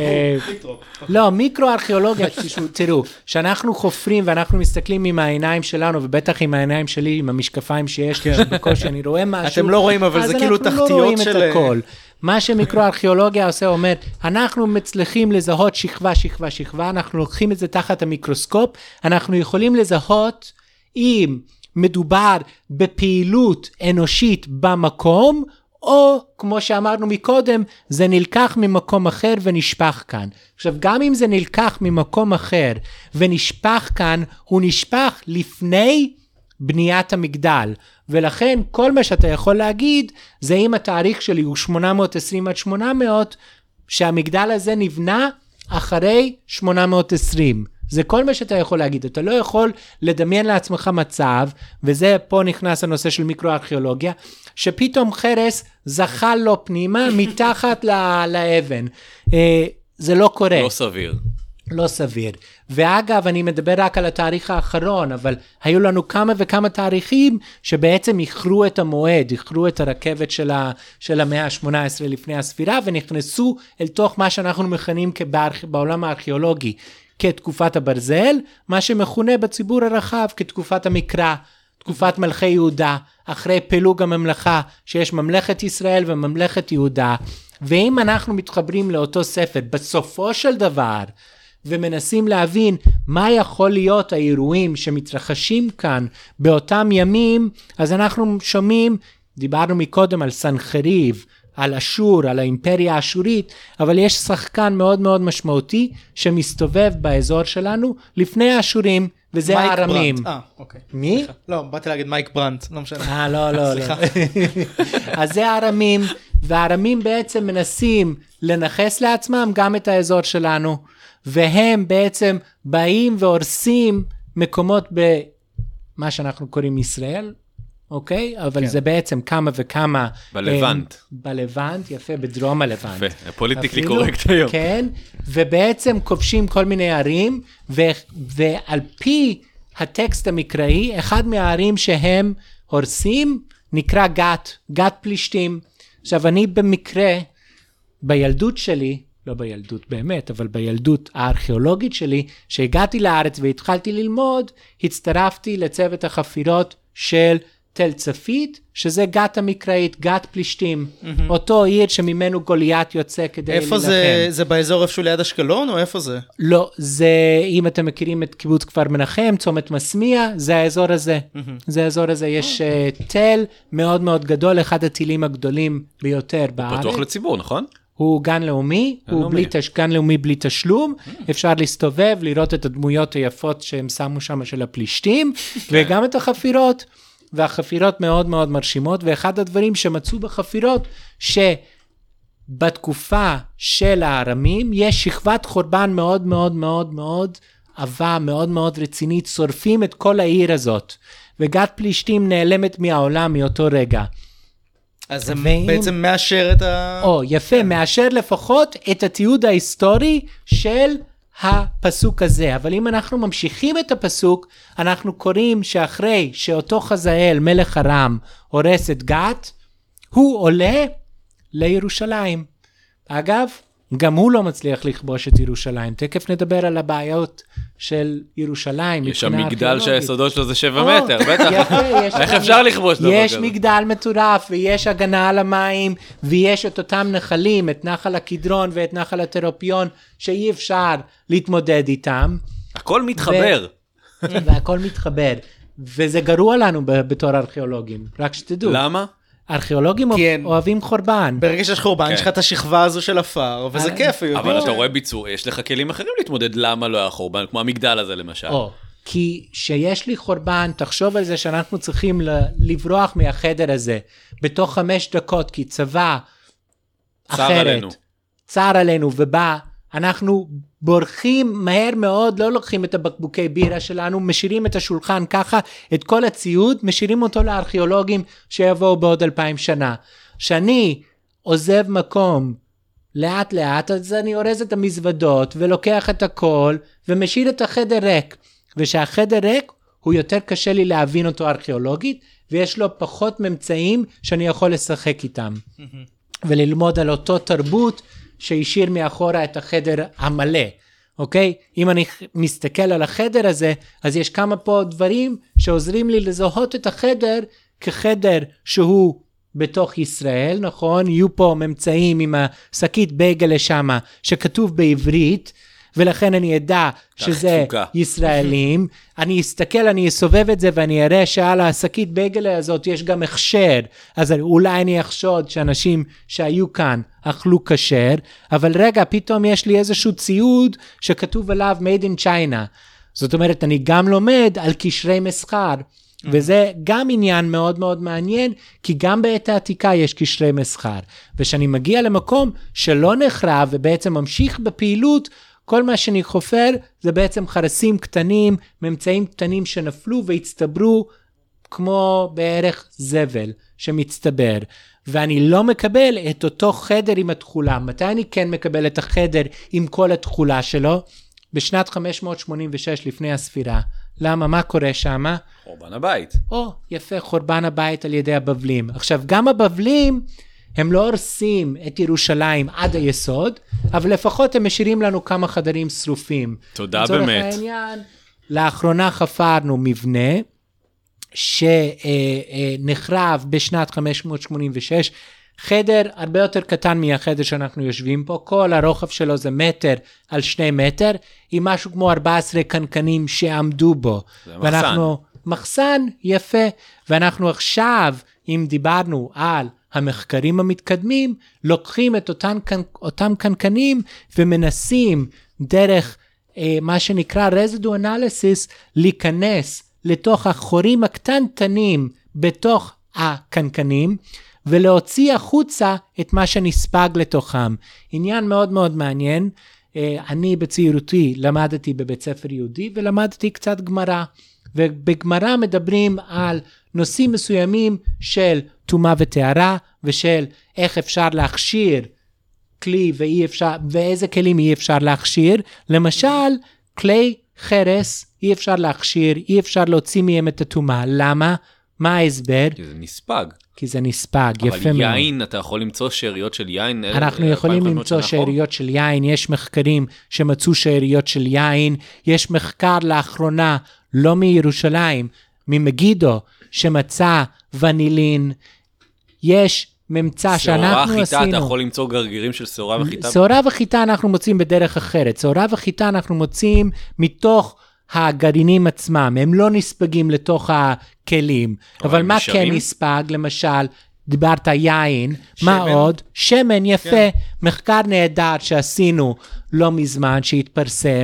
לא, מיקרו-ארכיאולוגיה, תראו, שאנחנו חופרים ואנחנו מסתכלים עם העיניים שלנו, ובטח עם העיניים שלי, עם המשקפיים שיש לי, בקושי אני רואה משהו. אתם לא רואים, אבל זה כאילו תחתיות של... אז אנחנו לא רואים את הכל. מה שמיקרו-ארכיאולוגיה עושה אומר, אנחנו מצליחים לזהות שכבה, שכבה, שכבה, אנחנו לוקחים את זה תחת המיקרוסקופ, אנחנו יכולים לזהות אם מדובר בפעילות אנושית במקום, או כמו שאמרנו מקודם, זה נלקח ממקום אחר ונשפך כאן. עכשיו, גם אם זה נלקח ממקום אחר ונשפך כאן, הוא נשפך לפני בניית המגדל. ולכן כל מה שאתה יכול להגיד, זה אם התאריך שלי הוא שמונה מאות ועשרים עד שמונה מאות, שהמגדל הזה נבנה אחרי שמונה מאות ועשרים. זה כל מה שאתה יכול להגיד. אתה לא יכול לדמיין לעצמך מצב, וזה פה נכנס הנושא של מיקרו-ארכיאולוגיה, שפתאום חרס זחל לו פנימה מתחת לאבן. זה לא קורה. לא סביר. לא סביר. ואגב, אני מדבר רק על התאריך האחרון, אבל היו לנו כמה וכמה תאריכים שבעצם יכרו את המועד, יכרו את הרכבת של, ה, של המאה ה-שמונה עשרה לפני הספירה, ונכנסו אל תוך מה שאנחנו מכנים כבארכ... בעולם הארכיאולוגי, כתקופת הברזל, מה שמכונה בציבור הרחב כתקופת המקרא, תקופת מלכי יהודה, אחרי פילוג הממלכה, שיש ממלכת ישראל וממלכת יהודה, ואם אנחנו מתחברים לאותו ספר, בסופו של דבר, ומנסים להבין מה יכול להיות האירועים שמתרחשים כאן באותם ימים, אז אנחנו שומעים, דיברנו מקודם על סנחריב, על אשור, על האימפריה האשורית, אבל יש שחקן מאוד מאוד משמעותי שמסתובב באזור שלנו לפני האשורים, וזה הארמים. אה, אוקיי. מי? לא, באתי להגיד מייק ברנט, לא משנה. אה, לא, לא, לא. אז זה הארמים, והארמים בעצם מנסים לנחס לעצמם גם את האזור שלנו, והם בעצם באים והורסים מקומות במה שאנחנו קוראים ישראל, אוקיי? אבל זה בעצם כמה וכמה... בלבנט. בלבנט, יפה, בדרום הלבנט. יפה, פוליטיקלי קורקט היום. כן, ובעצם כובשים כל מיני ערים, ועל פי הטקסט המקראי, אחד מהערים שהם הורסים נקרא גת, גת פלישתים. עכשיו, אני במקרה, בילדות שלי, לא בילדות באמת, אבל בילדות הארכיאולוגית שלי, שהגעתי לארץ והתחלתי ללמוד, הצטרפתי לצוות החפירות של תל צפית, שזה גת המקראית, גת פלישתים. Mm-hmm. אותו עיר שממנו גוליית יוצא כדי איפה ללחם. זה, זה באזור איפשהו ליד אשקלון, או איפה זה? לא, זה, אם אתם מכירים את קיבוץ כפר מנחם, צומת מסמיה, זה האזור הזה. Mm-hmm. זה האזור הזה, יש uh, תל מאוד מאוד גדול, אחד הטילים הגדולים ביותר בארץ. פתוח לציבור, נכון? הוא גן לאומי, הוא בלי תש... גן לאומי בלי תשלום, אפשר להסתובב, לראות את הדמויות היפות שהם שמו שם של הפלישתים, וגם את החפירות, והחפירות מאוד מאוד מרשימות, ואחד הדברים שמצאו בחפירות, בתקופה של הארמים יש שכבת חורבן מאוד מאוד מאוד מאוד עבה, מאוד מאוד רצינית, שורפים את כל העיר הזאת, וגת פלישתים נעלמת מהעולם מאותו רגע. אז זה ואם... בעצם מאשר את ה... או, יפה, מאשר לפחות את התיעוד ההיסטורי של הפסוק הזה. אבל אם אנחנו ממשיכים את הפסוק, אנחנו קוראים שאחרי שאותו חזאל, מלך ארם, הורס את גת, הוא עולה לירושלים. אגב, גם הוא לא מצליח לכבוש את ירושלים. תכף נדבר על הבעיות של ירושלים. יש שם מגדל שהיסודות שלו זה שבע מטר, בטח. איך אפשר לכבוש דבר כזה? יש מגדל מטורף, ויש הגנה על המים, ויש את אותם נחלים, את נחל הקדרון ואת נחל התירופיון, שאי אפשר להתמודד איתם. הכל מתחבר. והכל מתחבר. וזה גרוע לנו בתור ארכיאולוגים, רק שתדעו. למה? ארכיאולוגים אוהבים חורבן. ברגע שיש חורבן, יש לך את השכבה הזו של אפר, וזה כיף. אבל אתה רואה ביצור, יש לך כלים אחרים להתמודד למה לא היה חורבן, כמו המגדל הזה למשל. כי שיש לי חורבן, תחשוב על זה שאנחנו צריכים לברוח מהחדר הזה, בתוך חמש דקות, כי צבא אחרת, צער עלינו, ובא, אנחנו בורחים מהר מאוד, לא לוקחים את הבקבוקי בירה שלנו, משאירים את השולחן ככה, את כל הציוד, משאירים אותו לארכיאולוגים שיבואו בעוד אלפיים שנה. שאני עוזב מקום לאט לאט, אז אני אורז את המזוודות, ולוקח את הכל, ומשאיר את החדר ריק. ושהחדר ריק, הוא יותר קשה לי להבין אותו ארכיאולוגית, ויש לו פחות ממצאים שאני יכול לשחק איתם. וללמוד על אותו תרבות, שהשאיר מאחורה את החדר המלא, אוקיי? אם אני מסתכל על החדר הזה, אז יש כמה פה דברים שעוזרים לי לזהות את החדר כחדר שהוא בתוך ישראל, נכון? יהיו פה ממצאים עם השקית בייגלה שמה, שכתוב בעברית, ולכן אני אדע שזה ישראלים. אני אסתכל, אני אסובב את זה, ואני אראה שעל השקית בייגלה הזאת יש גם הכשר, אז אולי אני אחשוד שאנשים שהיו כאן אכלו כשר, אבל רגע, פתאום יש לי איזשהו ציוד שכתוב עליו made in China. זאת אומרת, אני גם לומד על קשרי מסחר, וזה גם עניין מאוד מאוד מעניין, כי גם בעת העתיקה יש קשרי מסחר. ושאני מגיע למקום שלא נחרב, ובעצם ממשיך בפעילות, כל מה שאני חופר זה בעצם חרסים קטנים, ממצאים קטנים שנפלו והצטברו כמו בערך זבל שמצטבר. ואני לא מקבל את אותו חדר עם התחולה. מתי אני כן מקבל את החדר עם כל התחולה שלו? בשנת חמש מאות שמונים ושש לפני הספירה. למה? מה קורה שם? חורבן הבית. או, יפה, חורבן הבית על ידי הבבלים. עכשיו, גם הבבלים הם לא הורסים את ירושלים עד היסוד, אבל לפחות הם משאירים לנו כמה חדרים שרופים. תודה באמת. העניין, לאחרונה חפרנו מבנה, שנחרב בשנת חמש מאות שמונים ושש, חדר הרבה יותר קטן מהחדר שאנחנו יושבים פה, כל הרוחב שלו זה מטר על שני מטר, עם משהו כמו ארבעה עשר קנקנים שעמדו בו. זה ואנחנו, מחסן. מחסן, יפה, ואנחנו עכשיו, אם דיברנו על המחקרים המתקדמים, לוקחים את אותם, אותם קנקנים, ומנסים דרך אה, מה שנקרא residue analysis, להיכנס לתוך החורים הקטנטנים בתוך הקנקנים, ולהוציא החוצה את מה שנספג לתוכם. עניין מאוד מאוד מעניין. אני בצעירותי למדתי בבית ספר יהודי, ולמדתי קצת גמרא. ובגמרא מדברים על נושאים מסוימים של תומה וטהרה, ושל איך אפשר להכשיר כלי ואי אפשר, ואיזה כלים אי אפשר להכשיר. למשל, כלי חרס אי אפשר להכשיר, אי אפשר להוציא מהם את התומה. למה? מה ההסבר? כי זה נספג. כי זה נספג, יפה מאוד. אבל יין, אתה יכול למצוא שאריות של יין? אנחנו יכולים למצוא שאריות של יין, יש מחקרים שמצאו שאריות של יין, יש מחקר לאחרונה, לא מירושלים, ממגידו, שמצא ונילין, יש ממצא שאנחנו עשינו. שעורה חיטה, אתה יכול למצוא גרגירים של שעורה וחיטה? שעורה וחיטה אנחנו מוצאים בדרך אחרת, שעורה וחיטה אנחנו מוצאים מתוך הגרעינים עצמם, הם לא נספגים לתוך הכלים, אבל מה כן נספג? למשל, דיברת יין, מה עוד? שמן, יפה, מחקר נהדר שעשינו לא מזמן, שהתפרסם,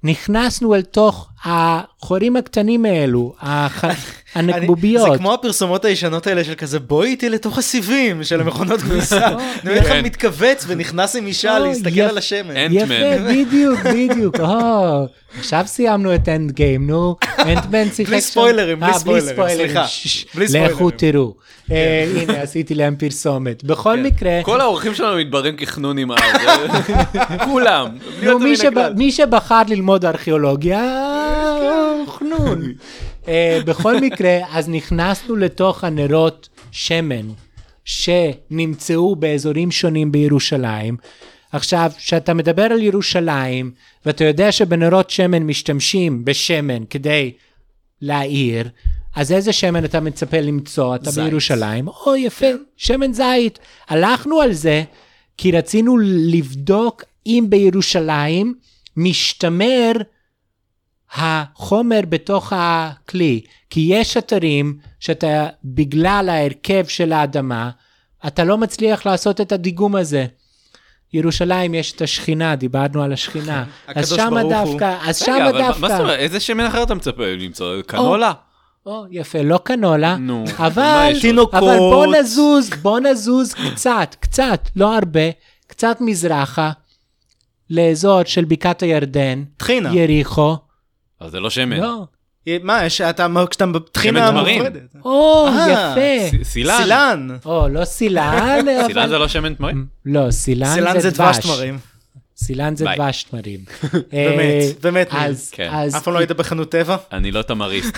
נכנסנו אל תוך החורים הקטנים האלו, הנקבוביות. זה כמו הפרסומות הישנות האלה של כזה, בואי איתי לתוך הסיבים של המכונות כביסה. אני אומר לך מתכווץ ונכנס עם אישה להסתכל על השמן. יפה, בדיוק, בדיוק. עכשיו סיימנו את אנד גיים, נו. אנטמן שיחק שם. בלי ספוילרים, בלי ספוילרים, סליחה. בלי ספוילרים. לכו תראו. הנה, עשיתי להם פרסומת. בכל מקרה... כל האורחים שלנו מתבררים כחנונים אז. כולם. מי שבחר ללמוד ארכיאולוגיה, חנון. בכל מקרה, אז נכנסנו לתוך הנרות שמן, שנמצאו באזורים שונים בירושלים. עכשיו, שאתה מדבר על ירושלים, ואתה יודע שבנרות שמן משתמשים בשמן כדי להעיר, אז איזה שמן אתה מצפה למצוא? אתה זית. בירושלים? או יפה, שמן זית. הלכנו על זה, כי רצינו לבדוק אם בירושלים משתמר החומר בתוך הכלי. כי יש אתרים שאתה, בגלל ההרכב של האדמה, אתה לא מצליח לעשות את הדיגום הזה. ירושלים יש את השכינה, דיברנו על השכינה. אז שם דווקא, אז שם דווקא. מה זאת אומרת, איזה שמן אחר אתה מצפה למצוא? קנולה? או, יפה, לא קנולה, אבל, אבל בוא נזוז, בוא נזוז קצת, קצת, לא הרבה, קצת מזרחה, לאזור של בקעת הירדן, תחינה. יריחו. אז זה לא שמן. לא. מה, כשאתה בתחינה מופרדת. או, יפה. סילן. סילן. או, לא סילן. סילן זה לא שמן תמרים? לא, סילן זה דבש תמרים. סילן זה דבש תמרים. באמת, באמת. אף פעם לא היית בחנות טבע? אני לא תמריסט.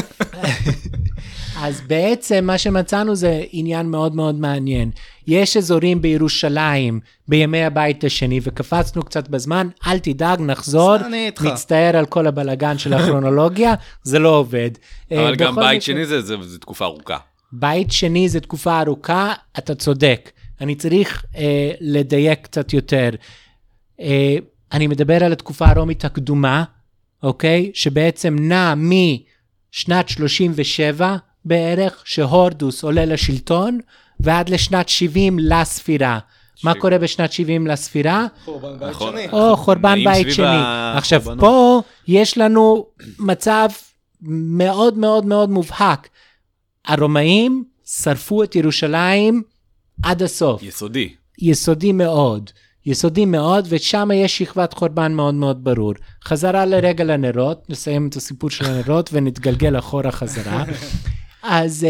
אז בעצם מה שמצאנו זה עניין מאוד מאוד מעניין. יש אזורים בירושלים בימי הבית השני, וקפצנו קצת בזמן, אל תדאג, נחזור, נצטער על כל הבלגן של הכרונולוגיה, זה לא עובד. אבל גם בית שני זה, זה, זה תקופה ארוכה. בית שני זה תקופה ארוכה, אתה צודק. אני צריך אה, לדייק קצת יותר. אה, אני מדבר על התקופה הרומית הקדומה, אוקיי? שבעצם נע משנת שלושים ושבע בערך, שהורדוס עולה לשלטון, ועד לשנת שבעים לספירה. מה קורה בשנת שבעים לספירה? חורבן בית שני. או חורבן בית שני. עכשיו פה יש לנו מצב מאוד מאוד מאוד מובהק. הרומאים שרפו את ירושלים עד הסוף. יסודי. יסודי מאוד. יסודי מאוד, ושם יש שכבת חורבן מאוד מאוד ברור. חזרה לרגע לנרות, נסיים את הסיפור של הנרות, ונתגלגל אחורה חזרה. אז,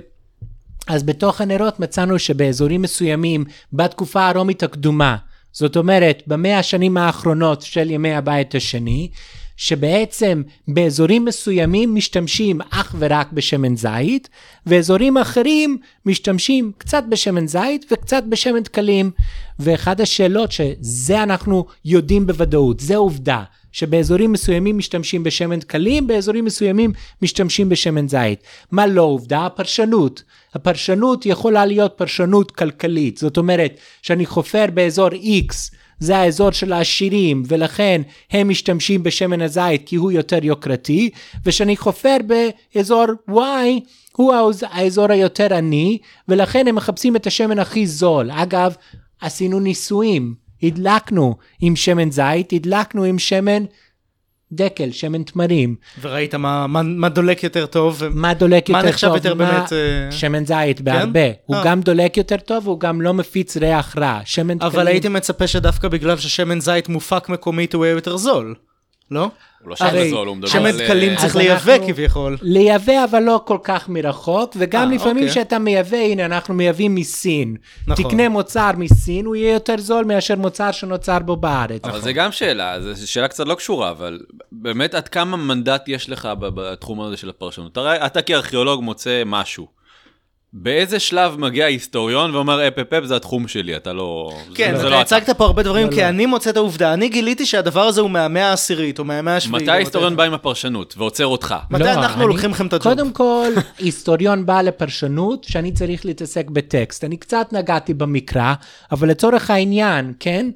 אז בתוך הנרות מצאנו שבאזורים מסוימים, בתקופה הרומית הקדומה, זאת אומרת, במאה השנים האחרונות של ימי הבית השני, שבעצם באזורים מסוימים משתמשים אך ורק בשמן זית, ואזורים אחרים משתמשים קצת בשמן זית וקצת בשמן דקלים. ואחד השאלות שזה אנחנו יודעים בוודאות, זה עובדה, שבאזורים מסוימים משתמשים בשמן דקלים, באזורים מסוימים משתמשים בשמן זית. מה לא עובדה? הפרשנות. הפרשנות יכולה להיות פרשנות כלכלית, זאת אומרת שאני חופר באזור X, זה האזור של העשירים, ולכן הם משתמשים בשמן הזית כי הוא יותר יוקרתי, ושאני חופר באזור Y, הוא האזור היותר עני, ולכן הם מחפשים את השמן הכי זול. אגב, עשינו ניסויים, הדלקנו עם שמן זית, הדלקנו עם שמן דקל, שמן תמרים. וראית מה, מה, מה דולק יותר טוב? מה דולק יותר טוב? מה נחשב יותר באמת? שמן זית בהרבה. כן? הוא אה. גם דולק יותר טוב, הוא גם לא מפיץ ריח רע. שמן אבל תקלים... הייתי מצפה שדווקא בגלל ששמן זית מופק מקומית הוא יהיה יותר זול. לא? הוא לא שמן זול, הוא מדבר שמן דקלים צריך לייבא כביכול. לייבא אבל לא כל כך מרחוק, וגם 아, לפעמים שאתה מייבא, הנה אנחנו מייבאים מסין. נכון. תקנה מוצר מסין, הוא יהיה יותר זול מאשר מוצר שנוצר בו בארץ. אבל נכון. זה גם שאלה, זו שאלה קצת לא קשורה, אבל באמת עד כמה מנדט יש לך בתחום הזה של הפרשנות? אתה כארכיאולוג מוצא משהו. באיזה שלב מגיע היסטוריון ואומר, אפ אפ אפ זה התחום שלי, אתה לא... כן, אתה הצגת פה הרבה דברים, כי אני מוצא את העובדה, אני גיליתי שהדבר הזה הוא מהמאה העשירית, או מהמאה השביעית. מתי ההיסטוריון בא עם הפרשנות ועוצר אותך? מתי אנחנו לוקחים לכם את הג'וב? קודם כל, היסטוריון בא לפרשנות, שאני צריך להתעסק בטקסט. אני קצת נגעתי במקרא, אבל לצורך העניין, כן?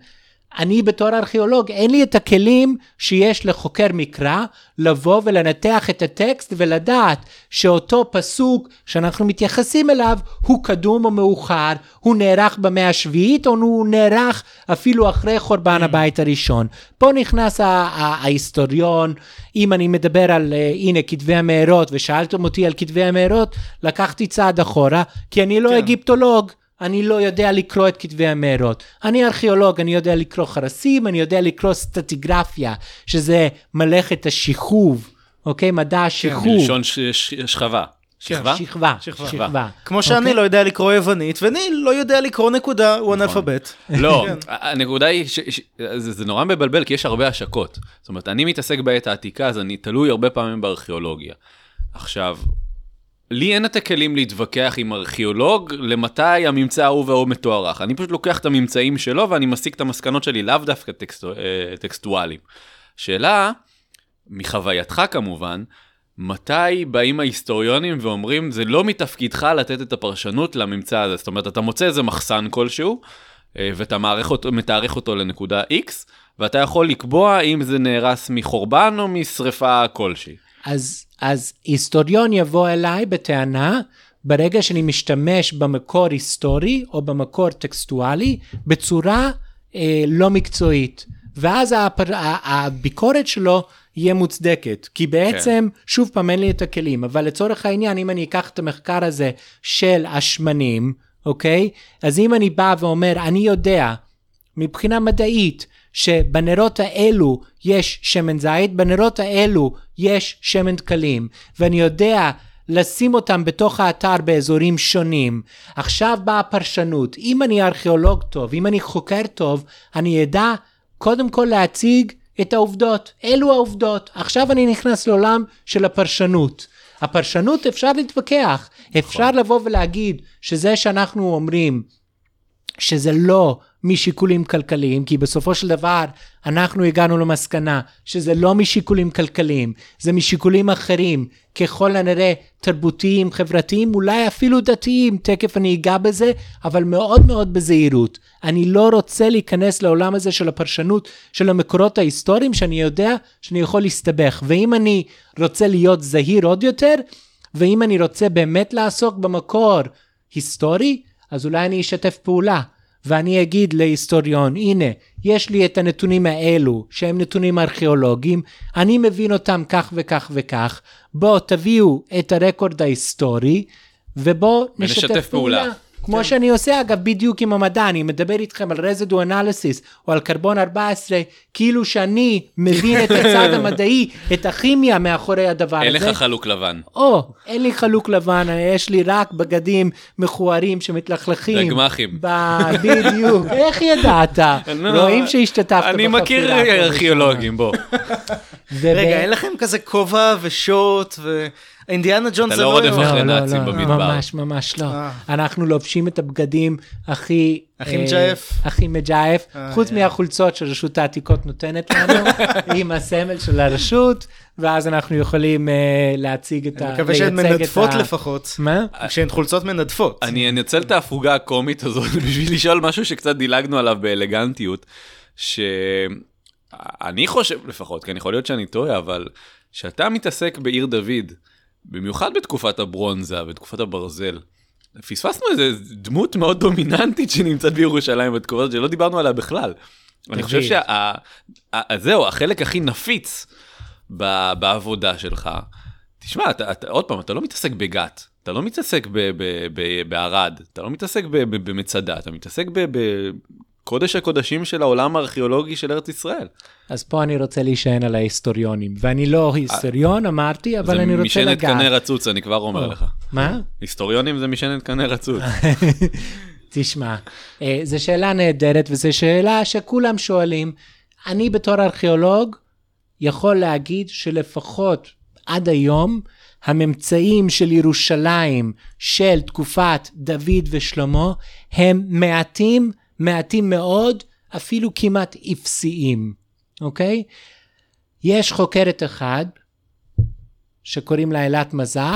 אני בתור ארכיאולוג, אין לי את הכלים שיש לחוקר מקרא, לבוא ולנתח את הטקסט ולדעת שאותו פסוק שאנחנו מתייחסים אליו, הוא קדום או מאוחר, הוא נערך במאה השביעית, או הוא נערך אפילו אחרי חורבן הבית הראשון. פה נכנס ההיסטוריון, אם אני מדבר על, הנה, כתבי המארות, ושאלתם אותי על כתבי המארות, לקחתי צעד אחורה, כי אני לא אגיפטולוג, אני לא יודע לקרוא את כתבי המארות. אני ארכיאולוג, אני יודע לקרוא חרסים, אני יודע לקרוא סטטיגרפיה, שזה מלאכת השכוב, אוקיי? מדע השכוב. מלשון שכבה. שכבה? שכבה. שכבה. כמו שאני לא יודע לקרוא יוונית, ואני לא יודע לקרוא נקודה, הוא אנאלפבית. לא, הנקודה היא, זה נורא מבלבל, כי יש הרבה השקות. זאת אומרת, אני מתעסק בעת העתיקה, אז אני תלוי הרבה פעמים בארכיאולוגיה. עכשיו, לי אין את הכלים להתווכח עם ארכיאולוג למתי הממצא ההוא והוא מתוארך. אני פשוט לוקח את הממצאים שלו ואני מסיק את המסקנות שלי, לאו דווקא טקסטו, טקסטואליים. שאלה, מחווייתך כמובן, מתי באים ההיסטוריונים ואומרים, זה לא מתפקידך לתת את הפרשנות לממצא הזה. זאת אומרת, אתה מוצא איזה מחסן כלשהו, ואתה אותו, מתארך אותו לנקודה X, ואתה יכול לקבוע אם זה נהרס מחורבן או משריפה כלשהי. אז, אז היסטוריון יבוא אליי בטענה, ברגע שאני משתמש במקור היסטורי, או במקור טקסטואלי, בצורה אה, לא מקצועית. ואז הפר, הביקורת שלו יהיה מוצדקת, כי בעצם, כן. שוב פעם אין לי את הכלים, אבל לצורך העניין, אם אני אקח את המחקר הזה של השמנים, אוקיי? אז אם אני בא ואומר, אני יודע, מבחינה מדעית, שבנרות האלו יש שמן זית, בנרות האלו יש שמן דקלים, ואני יודע לשים אותם בתוך האתר באזורים שונים. עכשיו באה הפרשנות. אם אני ארכיאולוג טוב, אם אני חוקר טוב, אני ידע קודם כל להציג את העובדות. אלו העובדות. עכשיו אני נכנס לעולם של הפרשנות. הפרשנות אפשר להתווכח. אפשר לבוא ולהגיד שזה שאנחנו אומרים שזה לא משיקולים כלכליים, כי בסופו של דבר אנחנו הגענו למסקנה שזה לא משיקולים כלכליים, זה משיקולים אחרים, ככל הנראה תרבותיים, חברתיים, אולי אפילו דתיים, תכף אני אגע בזה, אבל מאוד מאוד בזהירות. אני לא רוצה להיכנס לעולם הזה של הפרשנות של המקורות ההיסטוריים, שאני יודע שאני יכול להסתבך, ואם אני רוצה להיות זהיר עוד יותר, ואם אני רוצה באמת לעסוק במקור היסטורי, אז אולי אני אשתף פעולה. ואני אגיד להיסטוריון, הנה, יש לי את הנתונים האלו, שהם נתונים ארכיאולוגיים, אני מבין אותם כך וכך וכך, בוא תביאו את הרקורד ההיסטורי, ובוא נשתף פעולה. פעולה. כמו כן. שאני עושה אגב בדיוק עם המדע, אני מדבר איתכם על רזידו אנליסיס, או על קרבון ארבע עשרה, כאילו שאני מבין את הצד המדעי, את הכימיה מאחורי הדבר אין הזה. אין לך חלוק לבן. או, אין לי חלוק לבן, יש לי רק בגדים מכוערים שמתלכלכים. דגמחים. בדיוק, איך ידעת? רואים שהשתתפת. אני מכיר ארכיאולוגים, בוא. רגע, אין לכם כזה כובע ושוט ו... אינדיאנה ג'ונס אתה לא רודף אחרי נאצים במדבר. ממש ממש לא. אנחנו לובשים את הבגדים הכי... הכי מג'ייף. הכי מג'ייף, חוץ מהחולצות שרשות העתיקות נותנת לנו, עם הסמל של הרשות, ואז אנחנו יכולים להציג את ה... אני מקווה שהן מנדפות לפחות. מה? שהן חולצות מנדפות. אני אנצל את ההפוגה הקומית הזאת, בשביל לשאול משהו שקצת דילגנו עליו באלגנטיות, שאני חושב לפחות, כי אני יכול להיות שאני טועה, אבל שאתה מתעסק בעיר דוד, במיוחד בתקופת הברונזה, בתקופת הברזל, פספסנו איזו דמות מאוד דומיננטית שנמצאת בירושלים בתקופה הזאת, שלא דיברנו עליה בכלל. אני חושב שזהו, החלק הכי נפיץ בעבודה שלך, תשמע, עוד פעם, אתה לא מתעסק בגת, אתה לא מתעסק בערד, אתה לא מתעסק במצדה, אתה מתעסק בקודש הקודשים של העולם הארכיאולוגי של ארץ ישראל. אז פה אני רוצה להישען על ההיסטוריונים, ואני לא היסטוריון, אמרתי, אבל אני רוצה לגעת. זה משענת קנה רצוץ, אני כבר אומר לך. מה? היסטוריונים זה משענת קנה רצוץ. תשמע, זו שאלה נהדרת, וזו שאלה שכולם שואלים. אני בתור ארכיאולוג יכול להגיד שלפחות עד היום, הממצאים של ירושלים של תקופת דוד ושלמה, הם מעטים, מעטים מאוד, אפילו כמעט אפסיים. אוקיי? יש חוקרת אחד, שקוראים לה אלת מזר,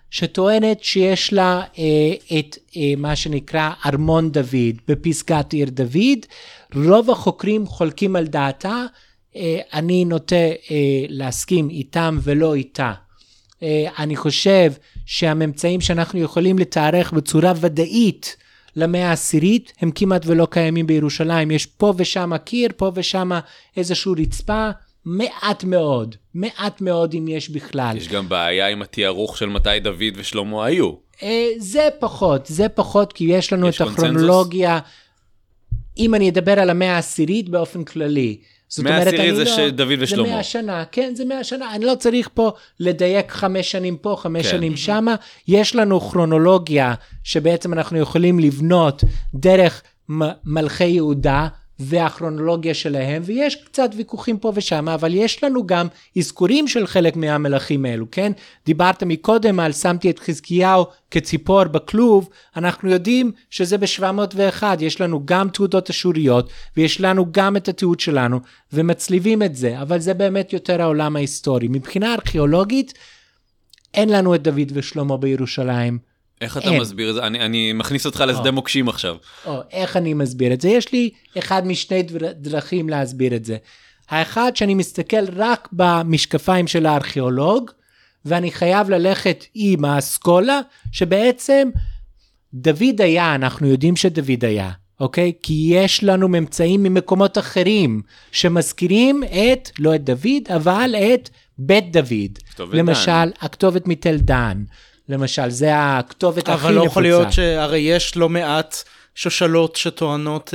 שטוענת שיש לה אה, את אה, מה שנקרא ארמון דוד, בפסגת עיר דוד. רוב החוקרים חולקים על דעתה, אה, אני נוטה אה, להסכים איתם ולא איתה. אה, אני חושב שהממצאים שאנחנו יכולים לתארך בצורה ודאית למאה העשירית, הם כמעט ולא קיימים בירושלים. יש פה ושם קיר, פה ושם איזשהו רצפה, מעט מאוד, מעט מאוד אם יש בכלל. יש גם בעיה עם התיארוך של מתי דוד ושלמה היו. זה פחות, זה פחות, כי יש לנו את הכרונולוגיה, אם אני אדבר על המאה העשירית באופן כללי. מאה העשירית זה שדוד ושלמה. זה מאה שנה, כן, זה מאה שנה. אני לא צריך פה לדייק חמש שנים פה, חמש שנים שמה. יש לנו כרונולוגיה שבעצם אנחנו יכולים לבנות דרך מלכי יהודה, והכרונולוגיה שלהם, ויש קצת ויכוחים פה ושם, אבל יש לנו גם אזכורים של חלק מהמלכים האלו, כן? דיברת מקודם על שמתי את חזקיהו כציפור בכלוב, אנחנו יודעים שזה ב-שבע מאות ואחת, יש לנו גם תעודות אשוריות, ויש לנו גם את התיעוד שלנו, ומצליבים את זה, אבל זה באמת יותר העולם ההיסטורי. מבחינה ארכיאולוגית, אין לנו את דוד ושלמה בירושלים, איך אתה אין. מסביר את זה? אני, אני מכניס אותך לשדה מוקשים עכשיו. או, איך אני מסביר את זה? יש לי אחד משני דבר, דרכים להסביר את זה. האחד שאני מסתכל רק במשקפיים של הארכיאולוג, ואני חייב ללכת עם האסכולה, שבעצם דוד היה, אנחנו יודעים שדוד היה, אוקיי? כי יש לנו ממצאים ממקומות אחרים, שמזכירים את, לא את דוד, אבל את בית דוד. למשל, דן. הכתובת מתל דן. למשל, זה הכתובת הכי נפוצה. אבל לא יכול להיות שהרי יש לא מעט שושלות שטוענות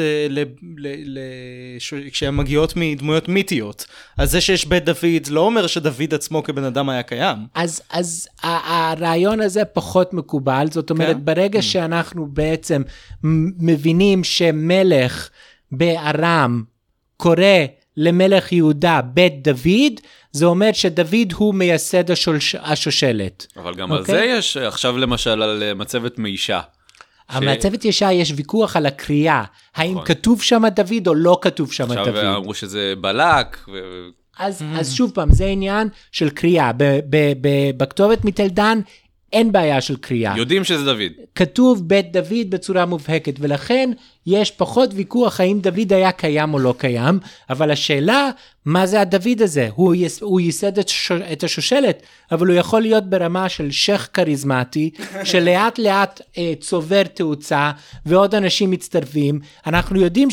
כשהן מגיעות מדמויות מיתיות. אז זה שיש בית דוד לא אומר שדוד עצמו כבן אדם היה קיים. אז, אז הרעיון הזה פחות מקובל. זאת אומרת, ברגע שאנחנו בעצם מבינים שמלך בארם קורא למלך יהודה בית דוד, זה אומר שדוד הוא מייסד השושלת. אבל גם על זה יש, עכשיו למשל על מצבת מאישה. המצבת אישה יש ויכוח על הקריאה, האם כתוב שם דוד או לא כתוב שם דוד. עכשיו אמרו שזה בלק. אז שוב פעם, זה עניין של קריאה. בכתובת מתל דן, אין בעיה של קריאה. יודעים שזה דוד. כתוב בית דוד בצורה מובהקת, ולכן יש פחות ויכוח האם דוד היה קיים או לא קיים, אבל השאלה, מה זה הדוד הזה? הוא, יס, הוא ייסד את, ש, את השושלת, אבל הוא יכול להיות ברמה של שייך כריזמטי, שלאט לאט אה, צובר תאוצה, ועוד אנשים מצטרפים. אנחנו יודעים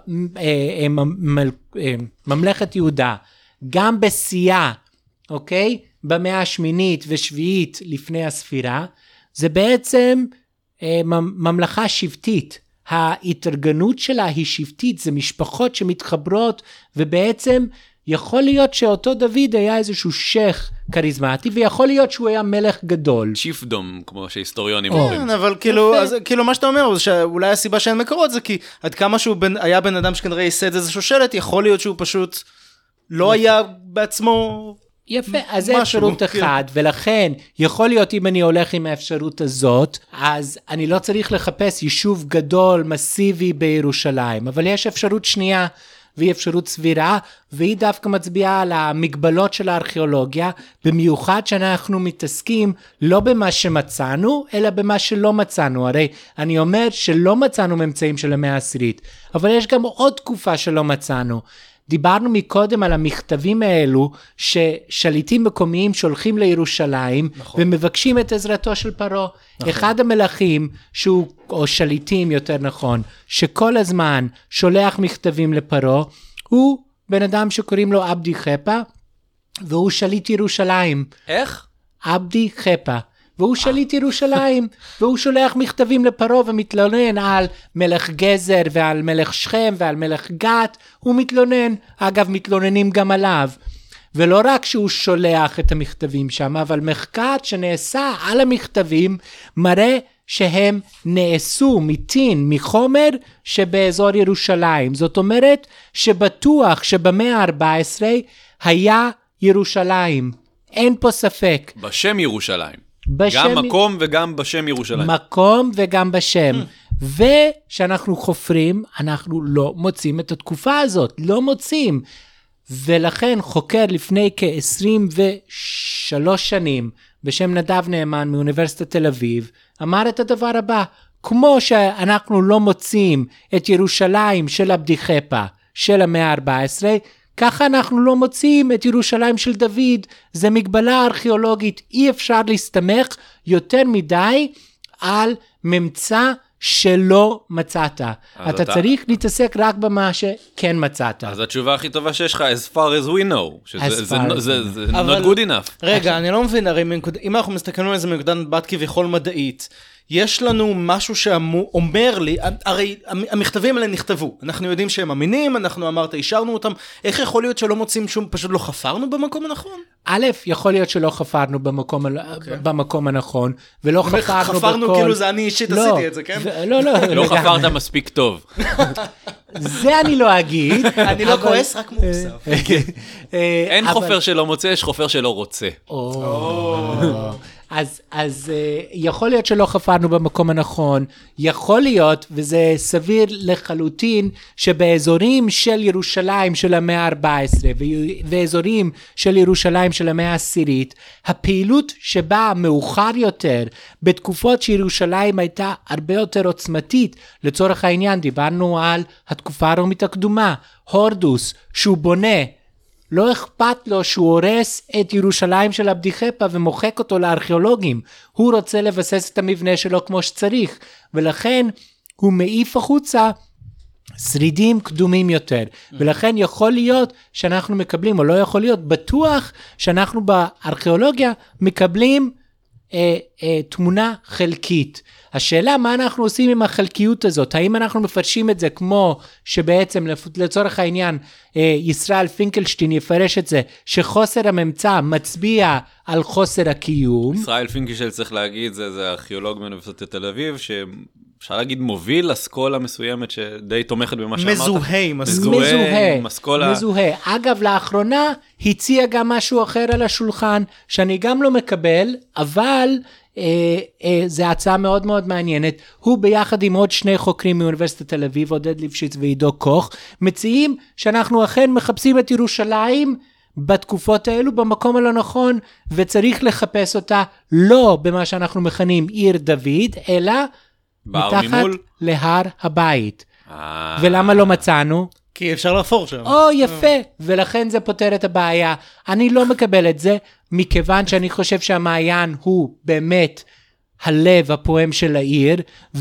שממלכת יהודה, גם בשיאה, אוקיי? במאה השמינית ושביעית לפני הספירה, זה בעצם אה, ממלכה שבטית. ההתארגנות שלה היא שבטית, זה משפחות שמתחברות, ובעצם יכול להיות שאותו דוד היה איזשהו שייך כריזמטי, ויכול להיות שהוא היה מלך גדול. צ'יפדום, כמו שהיסטוריונים אומרים. כן, אבל כאילו, אז, כאילו מה שאתה אומר, זה שאולי הסיבה שאין מקורות, זה כי עד כמה שהוא בן, היה בן אדם שכנראה ייסד איזה שושלת, יכול להיות שהוא פשוט לא היה בעצמו... יפה, אז זה אפשרות אחת, ולכן יכול להיות אם אני הולך עם האפשרות הזאת, אז אני לא צריך לחפש יישוב גדול, מסיבי בירושלים, אבל יש אפשרות שנייה, והיא אפשרות סבירה, והיא דווקא מצביעה על המגבלות של הארכיאולוגיה, במיוחד שאנחנו מתעסקים לא במה שמצאנו, אלא במה שלא מצאנו. הרי אני אומר שלא מצאנו ממצאים של המאה העשירית, אבל יש גם עוד תקופה שלא מצאנו. דיברנו מקודם על המכתבים האלו ששליטים מקומיים שולחים לירושלים, נכון. ומבקשים את עזרתו של פרעה. נכון. אחד המלכים, שהוא, או שליטים יותר נכון, שכל הזמן שולח מכתבים לפרעה, הוא בן אדם שקוראים לו עבדי חפה, והוא שליט ירושלים. איך? עבדי חפה. והוא שליט ירושלים, והוא שולח מכתבים לפרעה ומתלונן על מלך גזר ועל מלך שכם ועל מלך גת, הוא מתלונן, אגב מתלוננים גם עליו, ולא רק שהוא שולח את המכתבים שם, אבל מחקר שנעשה על המכתבים מראה שהם נעשו מתין, מחומר שבאזור ירושלים, זאת אומרת שבטוח שבמאה ה-ארבע עשרה היה ירושלים, אין פה ספק. בשם ירושלים. בשם... גם מקום וגם בשם ירושלים. מקום וגם בשם. ושאנחנו חופרים, אנחנו לא מוצאים את התקופה הזאת, לא מוצאים. ולכן חוקר לפני כ-עשרים ושלוש שנים בשם נדב נאמן מאוניברסיטת תל אביב, אמר את הדבר הבא, כמו שאנחנו לא מוצאים את ירושלים של הבדיחפה של המאה ה-ארבע עשרה, ככה אנחנו לא מוצאים את ירושלים של דוד, זה מגבלה ארכיאולוגית, אי אפשר להסתמך יותר מדי על ממצא שלא מצאת. אתה אתה צריך להתעסק רק במה שכן מצאת. אז התשובה הכי טובה שיש לך, as far as we know, שזה זה, זה, זה, זה not good enough. רגע, אני לא מבין, הרי אם אנחנו מסתכלים על זה מנקודת בת כביכול מדעית, יש לנו משהו שאומר לי, הרי המכתבים האלה נכתבו, אנחנו יודעים שהם אמינים, אנחנו אמרת, אישרנו אותם, איך יכול להיות שלא מוצאים שום, פשוט לא חפרנו במקום הנכון? א', יכול להיות שלא חפרנו במקום, okay. במקום הנכון, ולא חפרנו בכל... חפרנו כאילו זה אני אישית לא, עשיתי את זה, כן? ו... לא, לא. לא חפרת מספיק טוב. זה אני לא אגיד. אני לא כועס, רק מורסף. אין חופר שלא מוצא, יש חופר שלא רוצה. אז, אז uh, יכול להיות שלא חפרנו במקום הנכון, יכול להיות, וזה סביר לחלוטין, שבאזורים של ירושלים של המאה ה-ארבע עשרה, ואזורים של ירושלים של המאה העשירית, הפעילות שבאה מאוחר יותר, בתקופות שירושלים הייתה הרבה יותר עוצמתית, לצורך העניין דיברנו על התקופה הרומית הקדומה, הורדוס, שהוא בונה, לא אכפת לו שהוא הורס את ירושלים של הבדיחפה ומוחק אותו לארכיאולוגים. הוא רוצה לבסס את המבנה שלו כמו שצריך, ולכן הוא מעיף החוצה שרידים קדומים יותר. ולכן יכול להיות שאנחנו מקבלים, או לא יכול להיות, בטוח שאנחנו בארכיאולוגיה מקבלים אה, אה, תמונה חלקית. השאלה מה אנחנו עושים עם החלקיות הזאת, האם אנחנו מפרשים את זה כמו שבעצם לצורך העניין ישראל פינקלשטיין יפרש את זה, שחוסר הממצא מצביע על חוסר הקיום. ישראל פינקלשטיין צריך להגיד, זה, זה ארכיאולוג מאוניברסיטת תל אביב, שאפשר להגיד מוביל אסכולה מסוימת שדי תומכת במה שאמרת. מזוהה, מזוהה, אסכולה. מזוהה. אגב, לאחרונה הציע גם משהו אחר על השולחן, שאני גם לא מקבל, אבל... אה, אה, זה הצעה מאוד מאוד מעניינת. הוא ביחד עם עוד שני חוקרים מאוניברסיטת תל אביב, עודד ליפשיץ ועידו קוך, מציעים שאנחנו אכן מחפשים את ירושלים בתקופות האלו במקום הלא נכון, וצריך לחפש אותה לא במה שאנחנו מכנים עיר דוד, אלא מתחת ממול? להר הבית. אה... ולמה לא מצאנו? כי אפשר לחפור שם. או, יפה, ולכן זה פותר את הבעיה. אני לא מקבל את זה, מכיוון שאני חושב שהמעיין הוא באמת הלב הפועם של העיר,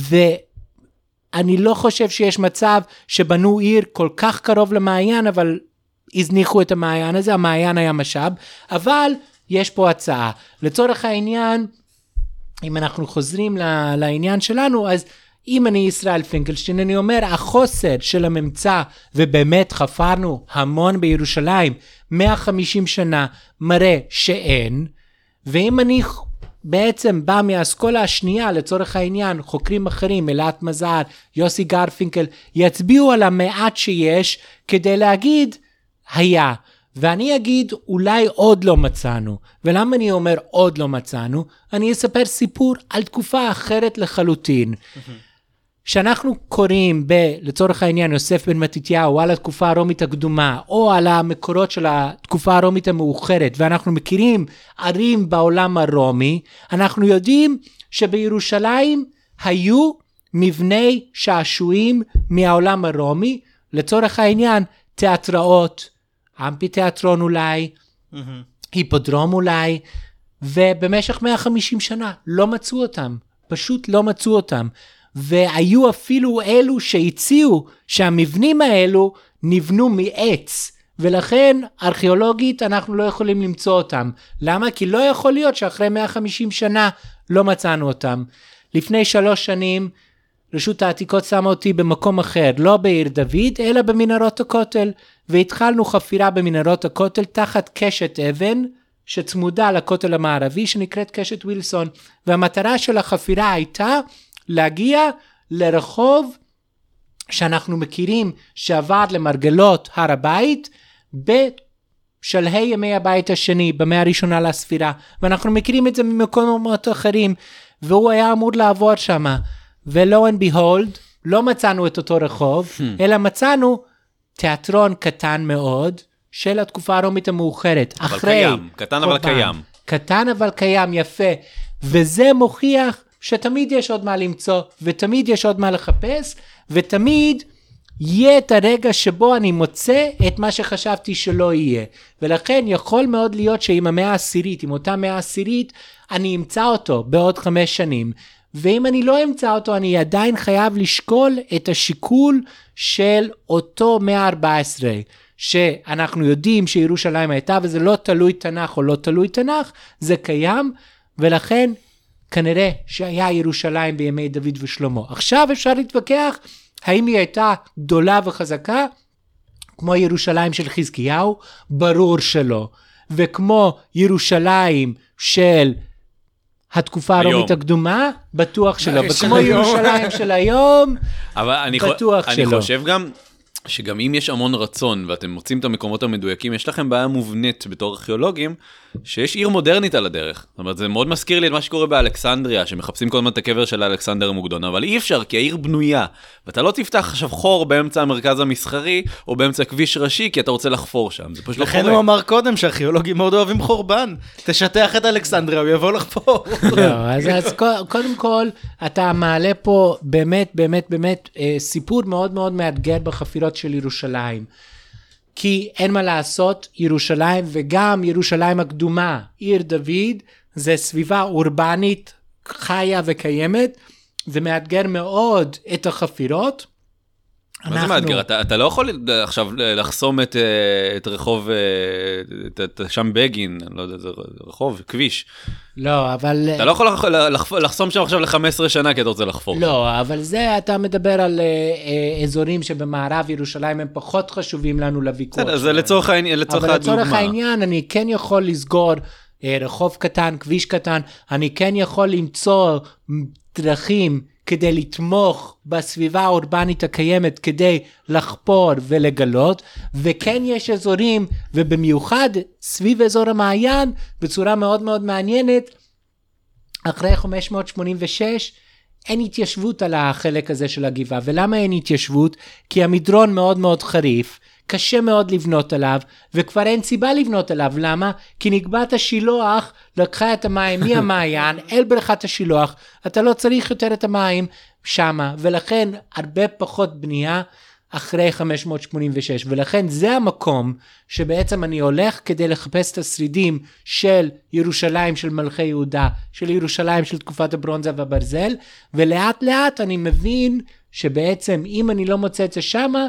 ואני לא חושב שיש מצב שבנו עיר כל כך קרוב למעיין, אבל הזניחו את המעיין הזה, המעיין היה משאב, אבל יש פה הצעה. לצורך העניין, אם אנחנו חוזרים לעניין שלנו, אז... אם אני ישראל פינקלשטיין, אני אומר, החוסר של הממצא, ובאמת חפרנו המון בירושלים, מאה וחמישים שנה, מראה שאין, ואם אני בעצם בא מהאסכולה השנייה, לצורך העניין, חוקרים אחרים, אלעד מזר, יוסי גרפינקל, יצביעו על המעט שיש, כדי להגיד, היה. ואני אגיד, אולי עוד לא מצאנו. ולמה אני אומר עוד לא מצאנו? אני אספר סיפור על תקופה אחרת לחלוטין. שאנחנו קוראים ב, לצורך העניין, יוסף בן מתתיהו, על התקופה הרומית הקדומה, או על המקורות של התקופה הרומית המאוחרת, ואנחנו מכירים ערים בעולם הרומי, אנחנו יודעים שבירושלים היו מבני שעשועים מהעולם הרומי, לצורך העניין, תיאטראות, אמפי תיאטרון אולי, mm-hmm. היפודרום אולי, ובמשך מאה וחמישים שנה לא מצאו אותם, פשוט לא מצאו אותם. והיו אפילו אלו שהציעו שהמבנים האלו נבנו מעץ, ולכן ארכיאולוגית אנחנו לא יכולים למצוא אותם. למה? כי לא יכול להיות שאחרי מאה וחמישים שנה לא מצאנו אותם. לפני שלוש שנים רשות העתיקות שמה אותי במקום אחר, לא בעיר דוד, אלא במנהרות הכותל, והתחלנו חפירה במנהרות הכותל תחת קשת אבן, שצמודה לכותל המערבי, שנקראת קשת וילסון, והמטרה של החפירה הייתה, להגיע לרחוב שאנחנו מכירים שעבר למרגלות הר הבית בשלהי ימי הבית השני, במאה הראשונה לספירה, ואנחנו מכירים את זה ממקומות אחרים, והוא היה אמור לעבור שם, ולא and behold, לא מצאנו את אותו רחוב, hmm. אלא מצאנו תיאטרון קטן מאוד, של התקופה הרומית המאוחרת. אבל קיים, קטן אבל קיים. קטן אבל קיים יפה, וזה מוכיח שתמיד יש עוד מה למצוא, ותמיד יש עוד מה לחפש, ותמיד יהיה את הרגע שבו אני מוצא את מה שחשבתי שלא יהיה. ולכן יכול מאוד להיות שעם המאה העשירית, עם אותה מאה העשירית, אני אמצא אותו בעוד חמש שנים. ואם אני לא אמצא אותו, אני עדיין חייב לשקול את השיקול של אותו מאה ה-ארבע עשרה, שאנחנו יודעים שירושלים הייתה, וזה לא תלוי תנ"ך או לא תלוי תנ"ך, זה קיים, ולכן כנראה שהיה ירושלים בימי דוד ושלמה. עכשיו אפשר להתווכח, האם היא הייתה גדולה וחזקה, כמו ירושלים של חזקיהו? ברור שלא. וכמו ירושלים של התקופה הרומית הקדומה, בטוח שלא. וכמו ירושלים של היום, בטוח שלא. אני חושב גם שגם אם יש המון רצון, ואתם מוצאים את המקומות המדויקים, יש לכם בעיה מובנית בתור ארכיאולוגים, שיש עיר מודרנית על הדרך. זאת אומרת, זה מאוד מזכיר לי את מה שקורה באלכסנדריה, שמחפשים כל הזמן את הקבר של אלכסנדר המוקדון, אבל אי אפשר, כי העיר בנויה, ואתה לא תפתח עכשיו חור באמצע המרכז המסחרי, או באמצע כביש ראשי, כי אתה רוצה לחפור שם. זה פשוט לא קורה. לכן הוא אמר קודם שארכיאולוגים מאוד אוהבים חורבן. תשטח את אלכסנדריה, הוא יבוא לחפור. לא, אז קודם כל, אתה מעלה פה באמת, באמת, באמת, סיפור מאוד מאוד מאתגר בחפירות של ירושלים. כי אין מה לעשות, ירושלים וגם ירושלים הקדומה, עיר דוד, זה סביבה אורבנית, חיה וקיימת, זה מאתגר מאוד את החפירות. מה אנחנו... זה מאתגר? אתה, אתה לא יכול עכשיו לחסום את, את רחוב, את, את שם בגין, לא יודע, זה רחוב, כביש. לא, אבל... אתה לא יכול לח, לח, לחסום שם עכשיו ל-חמש עשרה שנה, כי אתה רוצה לחפור. לא, אבל זה, אתה מדבר על uh, אזורים שבמערב ירושלים הם פחות חשובים לנו לוויכוח. בסדר, זה לצורך העניין, לצורך אבל הדוגמה. לצורך העניין, אני כן יכול לסגור uh, רחוב קטן, כביש קטן, אני כן יכול למצוא דרכים, כדי לתמוך בסביבה האורבנית הקיימת, כדי לחפור ולגלות, וכן יש אזורים, ובמיוחד סביב אזור המעיין, בצורה מאוד מאוד מעניינת, אחרי חמש מאות שמונים ושש, אין התיישבות על החלק הזה של הגבעה. ולמה אין התיישבות? כי המדרון מאוד מאוד חריף, קשה מאוד לבנות עליו, וכבר אין סיבה לבנות עליו. למה? כי נקבת השילוח לקחה את המים מהמעיין אל בריכת השילוח, אתה לא צריך יותר את המים שמה, ולכן הרבה פחות בנייה אחרי חמש מאות שמונים ושש, ולכן זה המקום שבעצם אני הולך כדי לחפש את השרידים של ירושלים של מלכי יהודה, של ירושלים של תקופת הברונזה והברזל, ולאט לאט אני מבין שבעצם אם אני לא מוצא את זה שמה,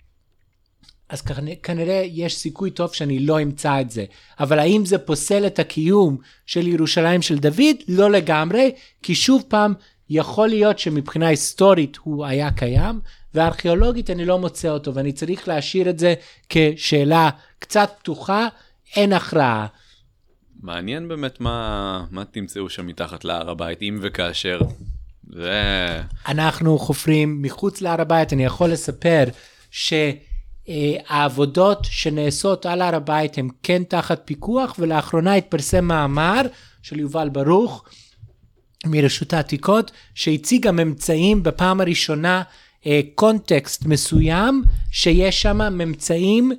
אז כנראה יש סיכוי טוב שאני לא אמצא את זה. אבל האם זה פוסל את הקיום של ירושלים של דוד? לא לגמרי, כי שוב פעם יכול להיות שמבחינה היסטורית הוא היה קיים, והארכיאולוגית אני לא מוצא אותו, ואני צריך להשאיר את זה כשאלה קצת פתוחה, אין הכרעה. מעניין באמת מה, מה תמצאו שם מתחת להר הבית, אם וכאשר. זה... אנחנו חופרים מחוץ להר הבית, אני יכול לספר ש... העבודות שנעשות על הר הבית הם כן תחת פיקוח, ולאחרונה התפרסם מאמר של יובל ברוך מרשות העתיקות, שהציג הממצאים בפעם הראשונה קונטקסט מסוים, שיש שם ממצאים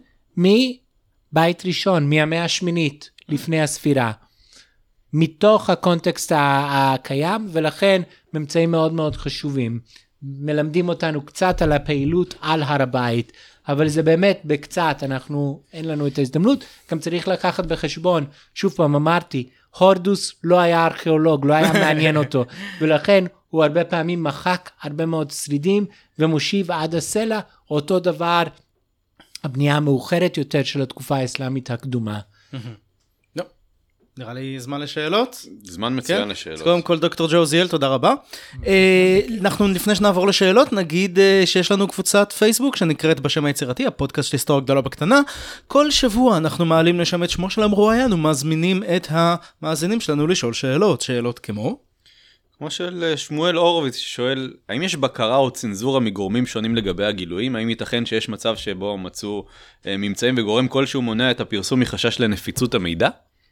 מבית ראשון, מהמאה השמינית לפני הספירה, מתוך הקונטקסט הקיים, ולכן ממצאים מאוד מאוד חשובים. מלמדים אותנו קצת על הפעילות על הר הבית, אבל זה באמת בקצת, אנחנו, אין לנו את ההזדמנות, גם צריך לקחת בחשבון, שוב פעם אמרתי, הורדוס לא היה ארכיאולוג, לא היה מעניין אותו, ולכן הוא הרבה פעמים מחק הרבה מאוד שרידים, ומושיב עד הסלע, אותו דבר, הבנייה המאוחרת יותר של התקופה האסלאמית הקדומה. לא, נראה לי זמן לשאלות. זמן מצוין לשאלות. קודם כל דוקטור ג'ו עוזיאל, תודה רבה. אנחנו לפני שנעבור לשאלות, נגיד שיש לנו קבוצת פייסבוק שנקראת בשם היצירתי, הפודקאסט של היסטוריה גדולה בקטנה. כל שבוע אנחנו מעלים לשם את שמו של המרואיין, ומזמינים את המאזינים שלנו לשאול שאלות. שאלות כמו? כמו של שמואל אורוביץ ששואל, האם יש בקרה או צנזורה מגורמים שונים לגבי הגילויים? האם ייתכן שיש מצב שבו מצאו ממצאים וגורם כלשהו מונע את הפרסום מחשש לנפיצות המידע?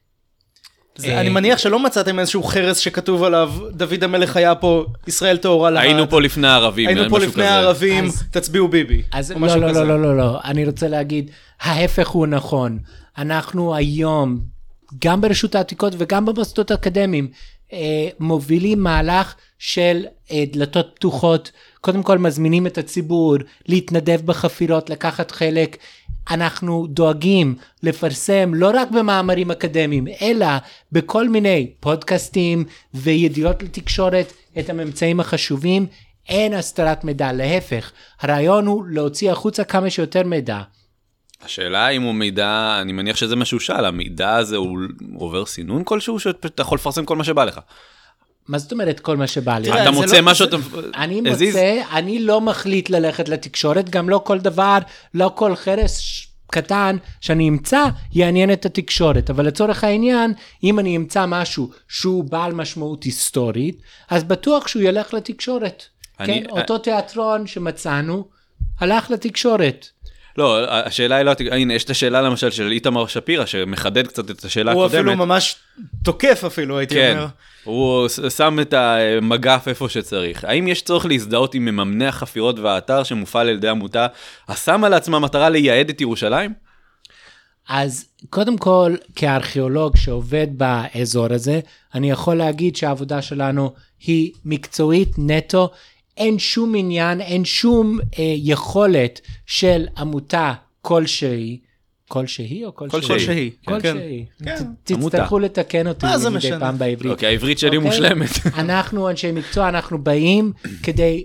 אני מניח שלא מצאתם איזשהו חרס שכתוב עליו, דוד המלך היה פה, ישראל טהורה לעד. היינו פה לפני הערבים. היינו פה לפני הערבים, תצביעו ביבי. לא, לא, לא, לא, לא. אני רוצה להגיד, ההפך הוא נכון. אנחנו היום, גם ברשות העתיקות וגם במוסדות האקדמיים, מובילים מהלך של דלתות פתוחות, קודם כל מזמינים את הציבור להתנדב בחפירות, לקחת חלק, אנחנו דואגים לפרסם לא רק במאמרים אקדמיים, אלא בכל מיני פודקאסטים וידיעות לתקשורת את הממצאים החשובים, אין הסתרת מידע, להפך, הרעיון הוא להוציא החוצה כמה שיותר מידע. השאלה אם הוא מידע, אני מניח שזה משהו שאל, המידע הזה הוא עובר סינון כלשהו, שאתה יכול לפרסם כל מה שבא לך? מה זאת אומרת כל מה שבא לי? אתה מוצא משהו, אני מוצא, אני לא מחליט ללכת לתקשורת, גם לא כל דבר, לא כל חרס קטן שאני אמצא יעניין את התקשורת, אבל לצורך העניין, אם אני אמצא משהו שהוא בעל משמעות היסטורית, אז בטוח שהוא ילך לתקשורת. כן, אותו תיאטרון שמצאנו, הלך לתקשורת. לא, השאלה היא לא, הנה, יש את השאלה למשל של איתמר שפירא, שמחדד קצת את השאלה הקודמת. הוא אפילו ממש תוקף אפילו, הייתי כן, אומר. הוא שם את המגף איפה שצריך. האם יש צורך להזדהות עם מממני החפירות והאתר שמופעל על ידי עמותה, השמה לעצמה מטרה לייעד את ירושלים? אז קודם כל, כארכיאולוג שעובד באזור הזה, אני יכול להגיד שהעבודה שלנו היא מקצועית נטו, אין שום עניין, אין שום אה, יכולת של עמותה כלשהי, כלשהי או כלשהי? כלשהי. כלשהי. תצטרכו לתקן אותי מדי פעם בעברית. אוקיי, העברית שלי מושלמת. אנחנו אנשי מקצוע, אנחנו באים כדי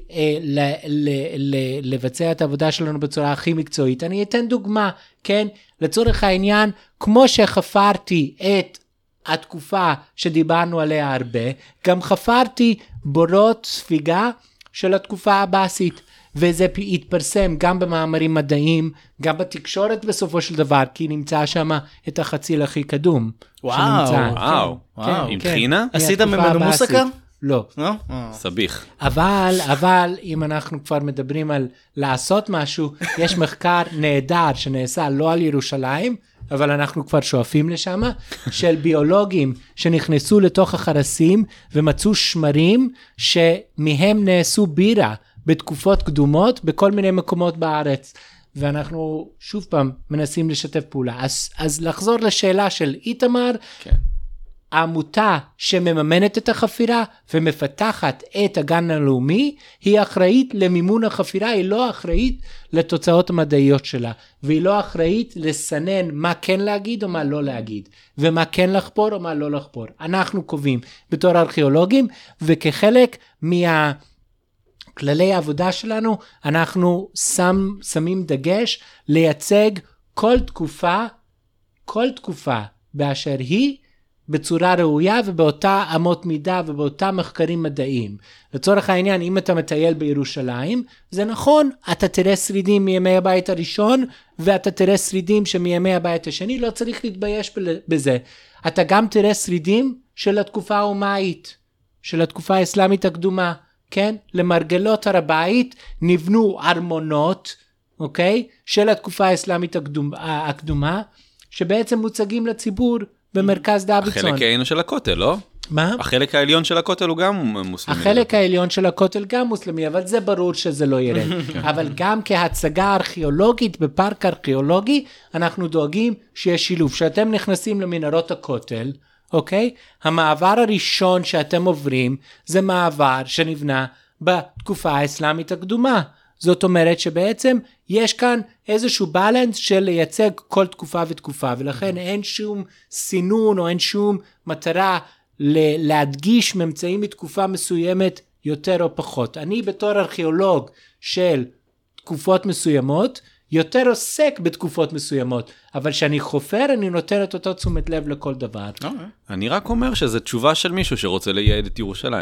לבצע את העבודה שלנו בצורה הכי מקצועית. אני אתן דוגמה, כן? לצורך העניין, כמו שחפרתי את התקופה שדיברנו עליה הרבה, גם חפרתי בורות ספיגה של התקופה הבאסית, וזה התפרסם גם במאמרים מדעיים, גם בתקשורת בסופו של דבר, כי נמצא שם את החציל הכי קדום. וואו, וואו, עם תחינה? עשית ממנו מוסקה? לא. סביך. אבל, אבל, אם אנחנו כבר מדברים על לעשות משהו, יש מחקר נהדר שנעשה לא על ירושלים, אבל אנחנו כבר שואפים לשם, של ביולוגים שנכנסו לתוך החרסים, ומצאו שמרים שמהם נעשו בירה, בתקופות קדומות, בכל מיני מקומות בארץ. ואנחנו שוב פעם מנסים לשתף פעולה. אז, אז לחזור לשאלה של איתמר, כן. העמותה שמממנת את החפירה ומפתחת את הגן הלאומי, היא אחראית למימון החפירה, היא לא אחראית לתוצאות המדעיות שלה, והיא לא אחראית לסנן מה כן להגיד או מה לא להגיד, ומה כן לחפור או מה לא לחפור. אנחנו קובעים בתור ארכיאולוגים, וכחלק מה... כללי העבודה שלנו, אנחנו שם, שמים דגש לייצג כל תקופה, כל תקופה באשר היא, בצורה ראויה ובאותה אמות מידה ובאותה מחקרים מדעיים. לצורך העניין, אם אתה מטייל בירושלים, זה נכון, אתה תראה שרידים מימי הבית הראשון, ואתה תראה שרידים שמימי הבית השני, לא צריך להתבייש בזה. אתה גם תראה שרידים של התקופה האומאית, של התקופה האסלאמית הקדומה, כן? למרגלות הר הבית נבנו ארמונות, אוקיי? של התקופה האסלאמית הקדומה, הקדומה, שבעצם מוצגים לציבור במרכז דוידסון. החלק העליון של הכותל, לא? מה? החלק העליון של הכותל הוא גם מוסלמי. החלק העליון של הכותל גם מוסלמי, אבל זה ברור שזה לא ירד. אבל גם כהצגה ארכיאולוגית בפארק ארכיאולוגי, אנחנו דואגים שיש שילוב. שאתם נכנסים למנהרות הכותל, אוקיי? המעבר הראשון שאתם עוברים, זה מעבר שנבנה בתקופה האסלאמית הקדומה. זאת אומרת שבעצם יש כאן איזשהו בלנס של לייצג כל תקופה ותקופה, ולכן אין שום סינון או אין שום מטרה להדגיש ממצאים מתקופה מסוימת יותר או פחות. אני בתור ארכיאולוג של תקופות מסוימות, יותר עוסק בתקופות מסוימות, אבל כשאני חופר, אני נותן את אותו תשומת לב לכל דבר. אני רק אומר שזו תשובה של מישהו שרוצה לייעד את ירושלים.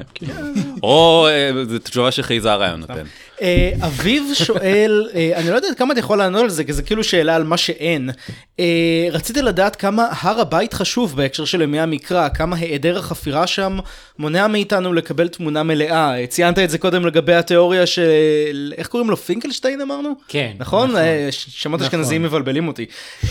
או זו תשובה שחייזר היה נותן. אביב שואל, אני לא יודעת כמה אתה יכול לענות על זה, כי זה כאילו שאלה על מה שאין. רציתי לדעת כמה הר הבית חשוב בהקשר של ימי המקרא, כמה היעדר החפירה שם מונע מאיתנו לקבל תמונה מלאה. ציינת את זה קודם לגבי התיאוריה של, איך קוראים לו? פינקלשטיין אמרנו? כן. נכון? שמות אשכנזיים מבלבלים אותי.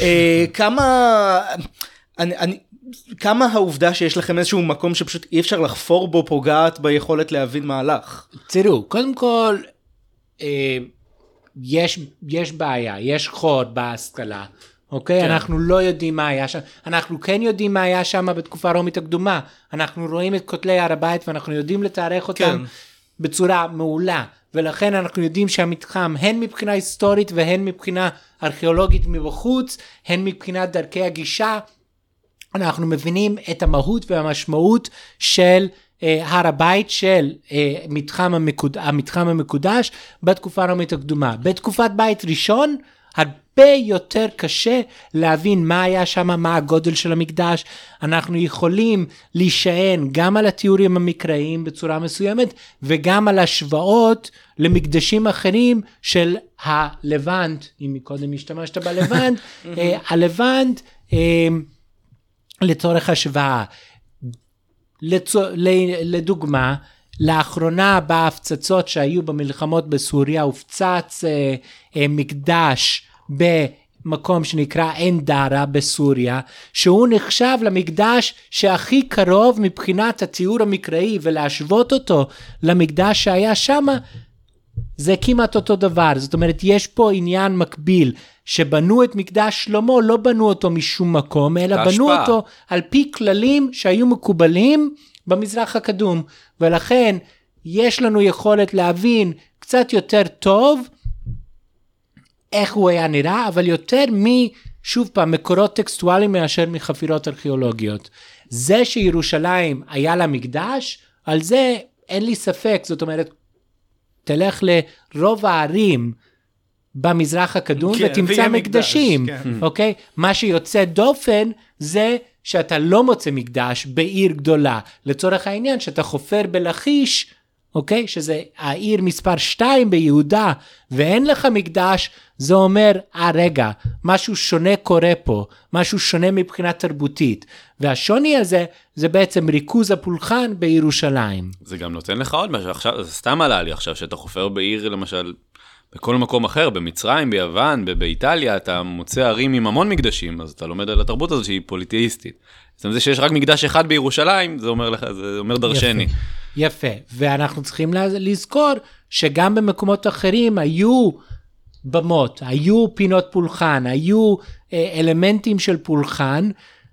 כמה, אני, אני, כמה העובדה שיש לכם איזשהו מקום שפשוט אי אפשר לחפור בו פוגעת ביכולת להבין מהלך? תראו, קודם כל, אה, יש, יש בעיה, יש חור בהשכלה, אוקיי? כן. אנחנו לא יודעים מה היה שם. אנחנו כן יודעים מה היה שם בתקופה הרומית הקדומה. אנחנו רואים את כותלי הר הבית ואנחנו יודעים לתארך אותם כן. בצורה מעולה. ולכן אנחנו יודעים שהמתחם, הן מבחינה היסטורית והן מבחינה ארכיאולוגית מבחוץ, הן מבחינת דרכי הגישה, אנחנו מבינים את המהות והמשמעות של אה, הר הבית, של אה, מתחם המקוד, המתחם המקודש בתקופה הרומית הקדומה. בתקופת בית ראשון, הרבה יותר קשה להבין מה היה שם, מה הגודל של המקדש. אנחנו יכולים להישען גם על התיאורים המקראיים בצורה מסוימת, וגם על השוואות למקדשים אחרים של הלבנט, אם מקודם השתמשת בלבנט, הלבנט לצורך השוואה. לדוגמה, לאחרונה בהפצצות שהיו במלחמות בסוריה, הופצץ אה, אה, מקדש במקום שנקרא אנדרה בסוריה, שהוא נחשב למקדש שהכי קרוב מבחינת התיאור המקראי, ולהשוות אותו למקדש שהיה שם, זה כמעט אותו דבר. זאת אומרת, יש פה עניין מקביל, שבנו את מקדש שלמה, לא בנו אותו משום מקום, אלא בנו השפעה. אותו על פי כללים שהיו מקובלים במזרח הקדום, ולכן יש לנו יכולת להבין קצת יותר טוב איך הוא היה נראה, אבל יותר משוב פעם מקורות טקסטואליים מאשר מחפירות ארכיאולוגיות. זה שירושלים היה לה מקדש, על זה אין לי ספק. זאת אומרת, תלך לרוב הערים במזרח הקדום כן, ותמצא מקדשים, כן. אוקיי? מה שיוצא דופן זה שאתה לא מוצא מקדש בעיר גדולה. לצורך העניין, שאתה חופר בלכיש, אוקיי? שזה העיר מספר שתיים ביהודה, ואין לך מקדש, זה אומר, אה רגע, משהו שונה קורה פה, משהו שונה מבחינה תרבותית. והשוני הזה, זה בעצם ריכוז הפולחן בירושלים. זה גם נותן לך עוד משהו, עכשיו, זה סתם עלה לי עכשיו, שאתה חופר בעיר, למשל, בכל מקום אחר, במצרים, ביוון, באיטליה, אתה מוצא ערים עם המון מקדשים, אז אתה לומד על התרבות הזאת שהיא פוליטאיסטית. זאת אומרת, זה שיש רק מקדש אחד בירושלים, זה אומר לך, זה אומר דרשני. יפה, יפה. ואנחנו צריכים לזכור שגם במקומות אחרים היו במות, היו פינות פולחן, היו אלמנטים של פולחן,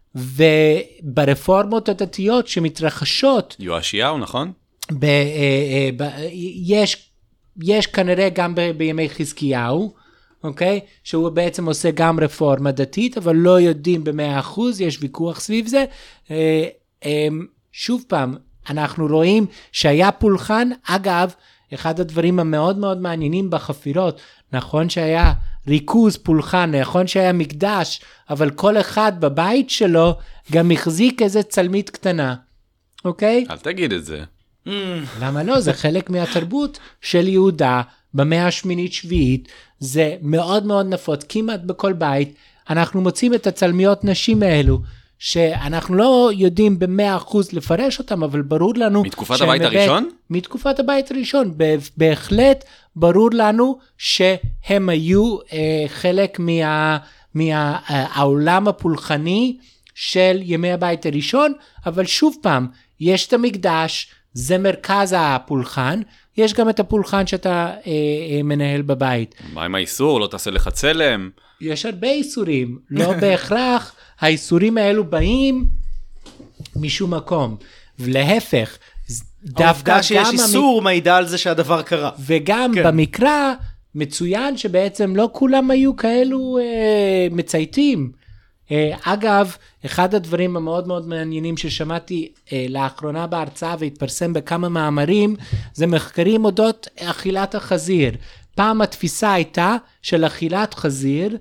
וברפורמות הדתיות שמתרחשות... יואשיהו, נכון? ב, ב, יש... יש כנראה גם ב- בימי חזקיהו, אוקיי? שהוא בעצם עושה גם רפורמה דתית, אבל לא יודעים במאה אחוז, יש ויכוח סביב זה. אה, אה, שוב פעם, אנחנו רואים שהיה פולחן, אגב, אחד הדברים המאוד מאוד מעניינים בחפירות, נכון שהיה ריכוז פולחן, נכון שהיה מקדש, אבל כל אחד בבית שלו גם החזיק איזה צלמית קטנה, אוקיי? אל תגיד את זה. למה לא? זה חלק מהתרבות של יהודה במאה השמינית שביעית, זה מאוד מאוד נפוץ, כמעט בכל בית, אנחנו מוצאים את הצלמיות נשים האלו, שאנחנו לא יודעים במאה אחוז לפרש אותם, אבל ברור לנו... מתקופת הבית הראשון? מתקופת הבית הראשון, בהחלט ברור לנו שהם היו אה, חלק מה, מהעולם הפולחני של ימי הבית הראשון, אבל שוב פעם, יש את המקדש, זה מרכז הפולחן, יש גם את הפולחן שאתה אה, אה, מנהל בבית. מה עם האיסור? לא תעשה לך צלם? יש הרבה איסורים, לא בהכרח, האיסורים האלו באים משום מקום, ולהפך, דווקא שיש איסור המק... מעידה על זה שהדבר קרה. וגם כן. במקרא מצוין שבעצם לא כולם היו כאלו אה, מצייתים, אגב, אחד הדברים המאוד מאוד מעניינים ששמעתי לאחרונה בהרצאה והתפרסם בכמה מאמרים, זה מחקרים אודות אכילת החזיר. פעם התפיסה הייתה של אכילת חזיר,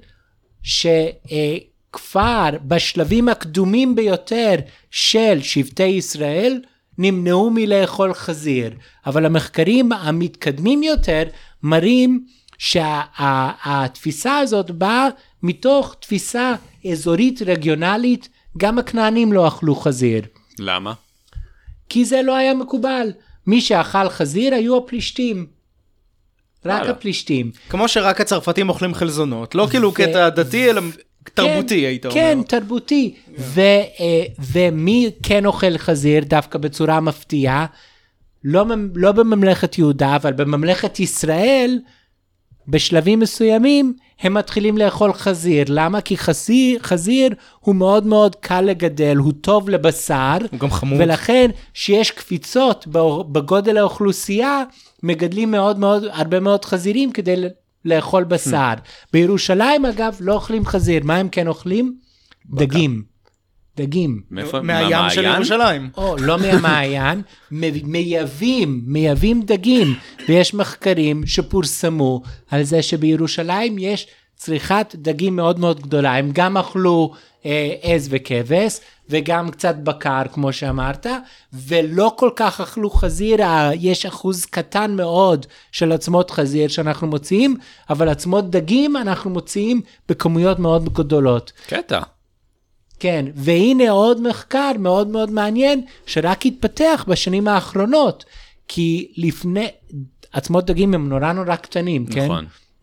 שכפר בשלבים הקדומים ביותר של שבטי ישראל, נמנעו מלאכול חזיר. אבל המחקרים המתקדמים יותר מראים שהתפיסה הזאת באה מתוך תפיסה אזורית רגionalית, גם הכנענים לא אכלו חזיר. למה? כי זה לא היה מקובל. מי שאכל חזיר היו הפלישתים. רק הפלישתים. כמו שרק הצרפתים אוכלים חלזונות. לא כאילו קטע דתי, אלא תרבותי, היית אומר. כן, תרבותי. ומי כן אוכל חזיר דווקא בצורה מפתיעה? לא בממלכת יהודה, אבל בממלכת ישראל, בשלבים מסוימים הם מתחילים לאכול חזיר. למה? כי חזיר, חזיר הוא מאוד מאוד קל לגדל, הוא טוב לבשר. הוא גם חמוד. ולכן שיש קפיצות בגודל האוכלוסייה, מגדלים מאוד מאוד, הרבה מאוד חזירים כדי לאכול בשר. בירושלים אגב לא אוכלים חזיר, מה הם כן אוכלים? דגים. דגים. מהים של ירושלים. או, לא מהמעיין, מייבים, מייבים דגים, ויש מחקרים שפורסמו על זה שבירושלים יש צריכת דגים מאוד מאוד גדולה, הם גם אכלו אה, עז וכבש, וגם קצת בקר כמו שאמרת, ולא כל כך אכלו חזיר, יש אחוז קטן מאוד של עצמות חזיר שאנחנו מוציאים, אבל עצמות דגים אנחנו מוציאים בכמויות מאוד גדולות. קטע. כן, והנה עוד מחקר מאוד מאוד מעניין, שרק התפתח בשנים האחרונות, כי לפני, עצמות דגים הם נורא נורא קטנים, כן? נכון.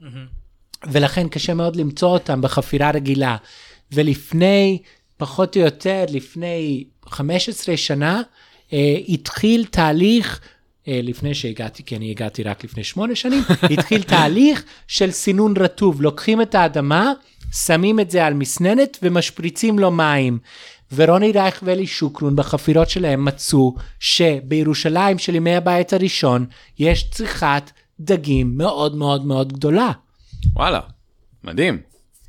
ולכן קשה מאוד למצוא אותם בחפירה רגילה, ולפני, פחות או יותר, לפני חמש עשרה שנה, אה, התחיל תהליך, אה, לפני שהגעתי, כי אני הגעתי רק לפני שמונה שנים, התחיל תהליך של סינון רטוב, לוקחים את האדמה, שמים את זה על מסננת ומשפריצים לו מים. ורוני רייך ואלי שוקרון בחפירות שלהם מצאו שבירושלים של ימי הבית הראשון יש צריכת דגים מאוד מאוד מאוד גדולה. וואלה, מדהים.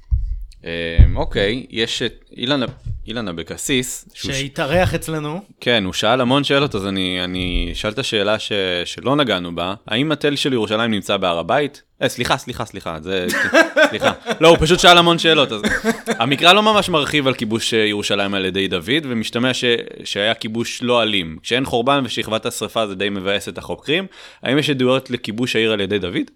אוקיי, יש את אילן, אילן אבקסיס. שהתארח אצלנו. כן, הוא שאל המון שאלות, אז אני, אני שאל את השאלה ש, שלא נגענו בה. האם התל של ירושלים נמצא בהר הבית? אה, סליחה, סליחה, סליחה, זה, סליחה. לא, הוא פשוט שאל המון שאלות. אז המקרא לא ממש מרחיב על כיבוש ירושלים על ידי דוד, ומשתמע ש, שהיה כיבוש לא אלים. כשאין חורבן ושכבת השרפה זה די מבאס את החוקרים. האם יש עדויות לכיבוש העיר על ידי דוד?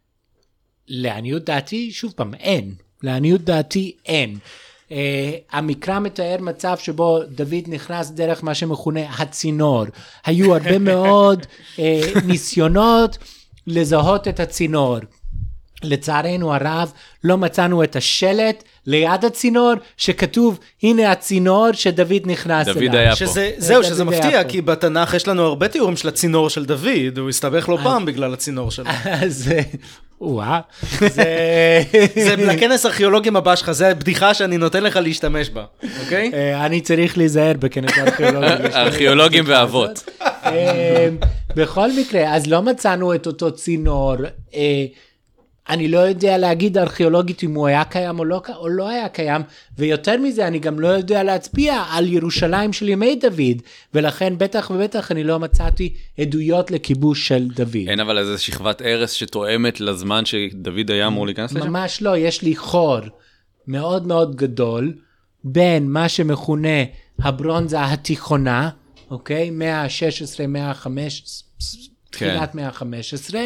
לעניות דעתי, שוב פעם, אין. לעניות דעתי אין. Uh, המקרא מתאר מצב שבו דוד נכנס דרך מה שמכונה הצינור. היו הרבה מאוד uh, ניסיונות לזהות את הצינור. לצערנו הרב לא מצאנו את השלט ליד הצינור שכתוב הנה הצינור שדוד נכנס דוד אליו. היה שזה, פה. זהו, שזה מפתיע, כי בתנ"ך יש לנו הרבה תיאורים של הצינור של דוד, הוא הסתבך לא פעם בגלל הצינור שלו. אז וואה, זה... זה לכנס ארכיאולוגים הבא שלך, זה בדיחה שאני נותן לך להשתמש בה, אוקיי? אני צריך להיזהר בכנס ארכיאולוגים. ארכיאולוגים ואבות. בכל מקרה, אז לא מצאנו את אותו צינור. אני לא יודע להגיד ארכיאולוגית אם הוא היה קיים או לא, או לא היה קיים, ויותר מזה אני גם לא יודע להצביע על ירושלים של ימי דוד, ולכן בטח ובטח אני לא מצאתי עדויות לכיבוש של דוד. אין אבל איזו שכבת ערס שתואמת לזמן שדוד היה אמור להיכנס לשם? ממש לא, יש לי חור מאוד מאוד גדול, בין מה שמכונה הברונזה התיכונה, אוקיי? מאה ה-שש עשרה, מאה ה-חמש עשרה, תחילת מאה ה-חמש עשרה,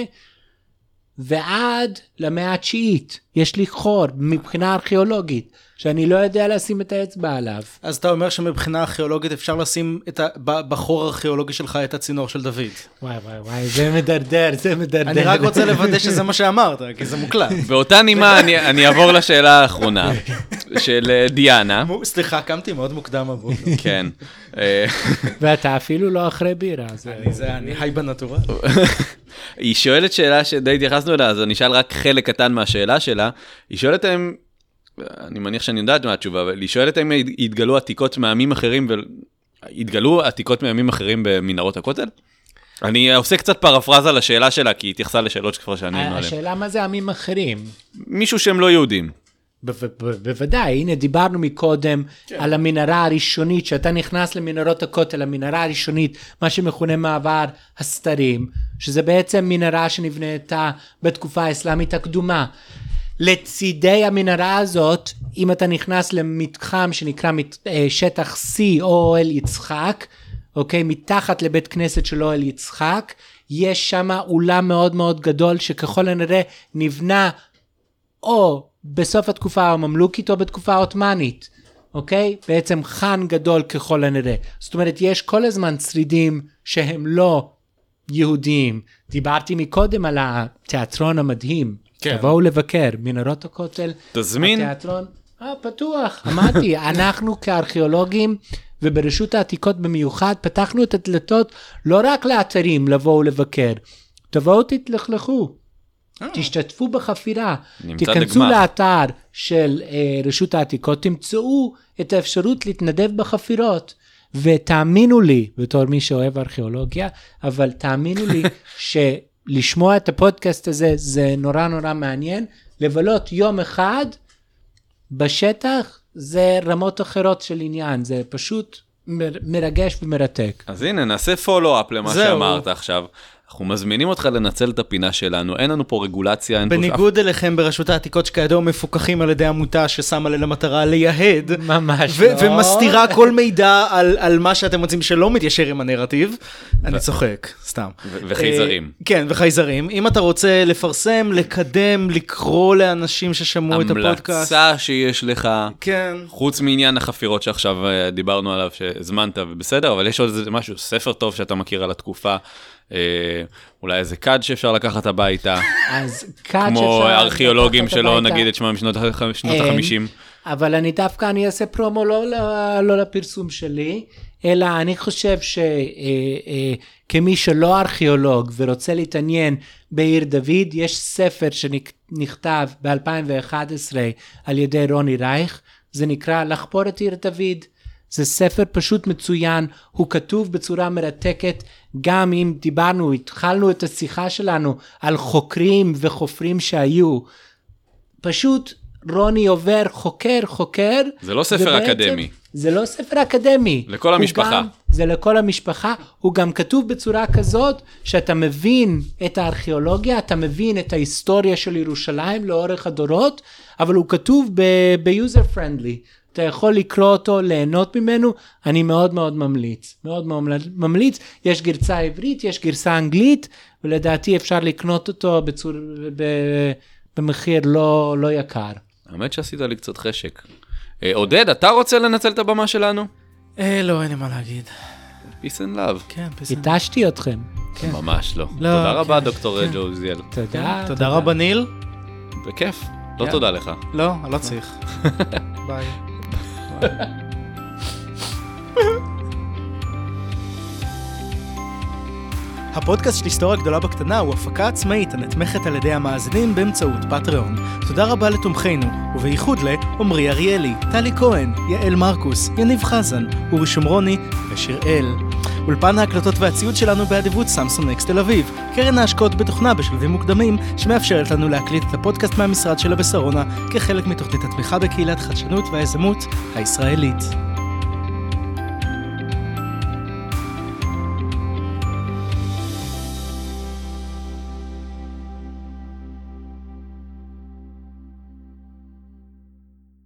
ועד למאה התשיעית יש לי חור מבחינה ארכיאולוגית, שאני לא יודע לשים את האצבע עליו. אז אתה אומר שמבחינה ארכיאולוגית אפשר לשים את ה... בחור הארכיאולוגי שלך את הצינור של דוד. וואי וואי וואי, זה מדרדר, זה מדרדר. אני רק רוצה לוודא שזה מה שאמרת, כי זה מוקלט. באותה נימה אני, אני אעבור לשאלה האחרונה, של דיאנה. סליחה, קמתי מאוד מוקדם עבור. כן. ואתה אפילו לא אחרי בירה. אני חי בנטורל. היא שואלת שאלה שדי התייחסנו אליה, אז אני אשאל רק חלק קטן מהשאלה שלה. היא שואלת האם, אני מניח שאני יודעת מה התשובה, אבל היא שואלת האם התגלו עתיקות מעמים אחרים, והתגלו עתיקות מעמים אחרים במנהרות הכותל? אני עושה קצת פרפרזה לשאלה שלה, כי היא התייחסה לשאלות שכבר שאני עליהן. השאלה מה זה עמים אחרים? מישהו שהם לא יהודים. בוודאי, הנה דיברנו מקודם על המנהרה הראשונית, שאתה נכנס למנהרות הכותל, המנהרה הראשונית, מה שמכונה מעבר הסתרים, שזה בעצם מנהרה שנבנתה בתקופה האסלאמית הקדומה. לצידי המנהרה הזאת, אם אתה נכנס למתחם שנקרא שטח C או אוהל יצחק, אוקיי, מתחת לבית כנסת של אוהל יצחק, יש שם אולם מאוד מאוד גדול שככל הנראה נבנה או בסוף התקופה הממלוכית או בתקופה העות'מאנית, אוקיי? בעצם חן גדול ככל הנראה. זאת אומרת, יש כל הזמן שרידים שהם לא יהודיים. דיברתי מקודם על התיאטרון המדהים. כן. תבואו לבקר, מנהרות הכותל. תזמין. התיאטרון, אה, פתוח. אמרתי, אנחנו כארכיאולוגים וברשות העתיקות במיוחד, פתחנו את הדלתות לא רק לאתרים לבואו לבקר. תבואו תתלכלכו. תשתתפו בחפירה, תיכנסו לאתר של רשות העתיקות, תמצאו את האפשרות להתנדב בחפירות, ותאמינו לי, בתור מי שאוהב ארכיאולוגיה, אבל תאמינו לי שלשמוע את הפודקאסט הזה, זה נורא נורא מעניין, לבלות יום אחד בשטח, זה רמות אחרות של עניין, זה פשוט מרגש ומרתק. אז הנה, נעשה פולו-אפ למה שאמרת עכשיו. אנחנו מזמינים אותך לנצל את הפינה שלנו, אין לנו פה רגולציה. בניגוד אליכם ברשות העתיקות שכידוע מפוקחים על ידי עמותה ששמה לה למטרה ליהד. ממש לא. ומסתירה כל מידע על מה שאתם רוצים שלא מתיישר עם הנרטיב. אני צוחק, סתם. וחייזרים. כן, וחייזרים. אם אתה רוצה לפרסם, לקדם, לקרוא לאנשים ששמעו את הפודקאסט. המלצה שיש לך. כן. חוץ מעניין החפירות שעכשיו דיברנו עליו שהזמנת ובסדר, אבל יש עוד איזה משהו, ספר טוב שאתה מכיר על התקופה. אולי איזה קאד שאפשר לקחת הביתה, כמו ארכיאולוגים שלא נגיד את שמם משנות ה-חמישים. אבל אני דווקא, אני אעשה פרומו לא לפרסום שלי, אלא אני חושב שכמי שלא ארכיאולוג ורוצה להתעניין בעיר דוד, יש ספר שנכתב ב-אלפיים ואחת עשרה על ידי רוני רייך, זה נקרא לחפור את עיר דוד. זה ספר פשוט מצוין, הוא כתוב בצורה מרתקת, גם אם דיברנו, התחלנו את השיחה שלנו על חוקרים וחופרים שהיו, פשוט רוני עובר חוקר חוקר. זה לא ספר אקדמי. זה לא ספר אקדמי. לכל המשפחה. גם, זה לכל המשפחה, הוא גם כתוב בצורה כזאת, שאתה מבין את הארכיאולוגיה, אתה מבין את ההיסטוריה של ירושלים לאורך הדורות, אבל הוא כתוב ב-user friendly. אתה יכול לקרוא אותו, ליהנות ממנו, אני מאוד מאוד ממליץ, מאוד מאוד ממליץ, יש גרסה עברית, יש גרסה אנגלית, ולדעתי אפשר לקנות אותו בצור, ב, במחיר לא, לא יקר. האמת שעשית לי קצת חשק. אה, עודד, אתה רוצה לנצל את הבמה שלנו? אה, לא, אין לי מה להגיד. Peace and love. כן, peace and love. התשתי אתכם. כן. ממש לא. לא תודה כן. רבה, דוקטור כן. ג'ו עוזיאל. תודה. כן. תודה רבה, ניל. בכיף. לא yeah. תודה לך. לא, לא צריך. ביי. הפודקאסט של היסטוריה גדולה בקטנה הוא הפקה עצמאית הנתמכת על ידי המאזינים באמצעות פטריון. תודה רבה לתומכינו, ובייחוד לעומרי אריאלי, טלי כהן, יעל מרקוס, יניב חזן, אורי שומרוני ושיראל. אולפן ההקלטות והציוד שלנו באדיבות סמסונג נקסט תל אביב, קרן ההשקעות בתוכנה בשלבים מוקדמים, שמאפשרת לנו להקליט את הפודקאסט מהמשרד שלה בשרונה, כחלק מתוכנית התמיכה בקהילת חדשנות והיזמות הישראלית.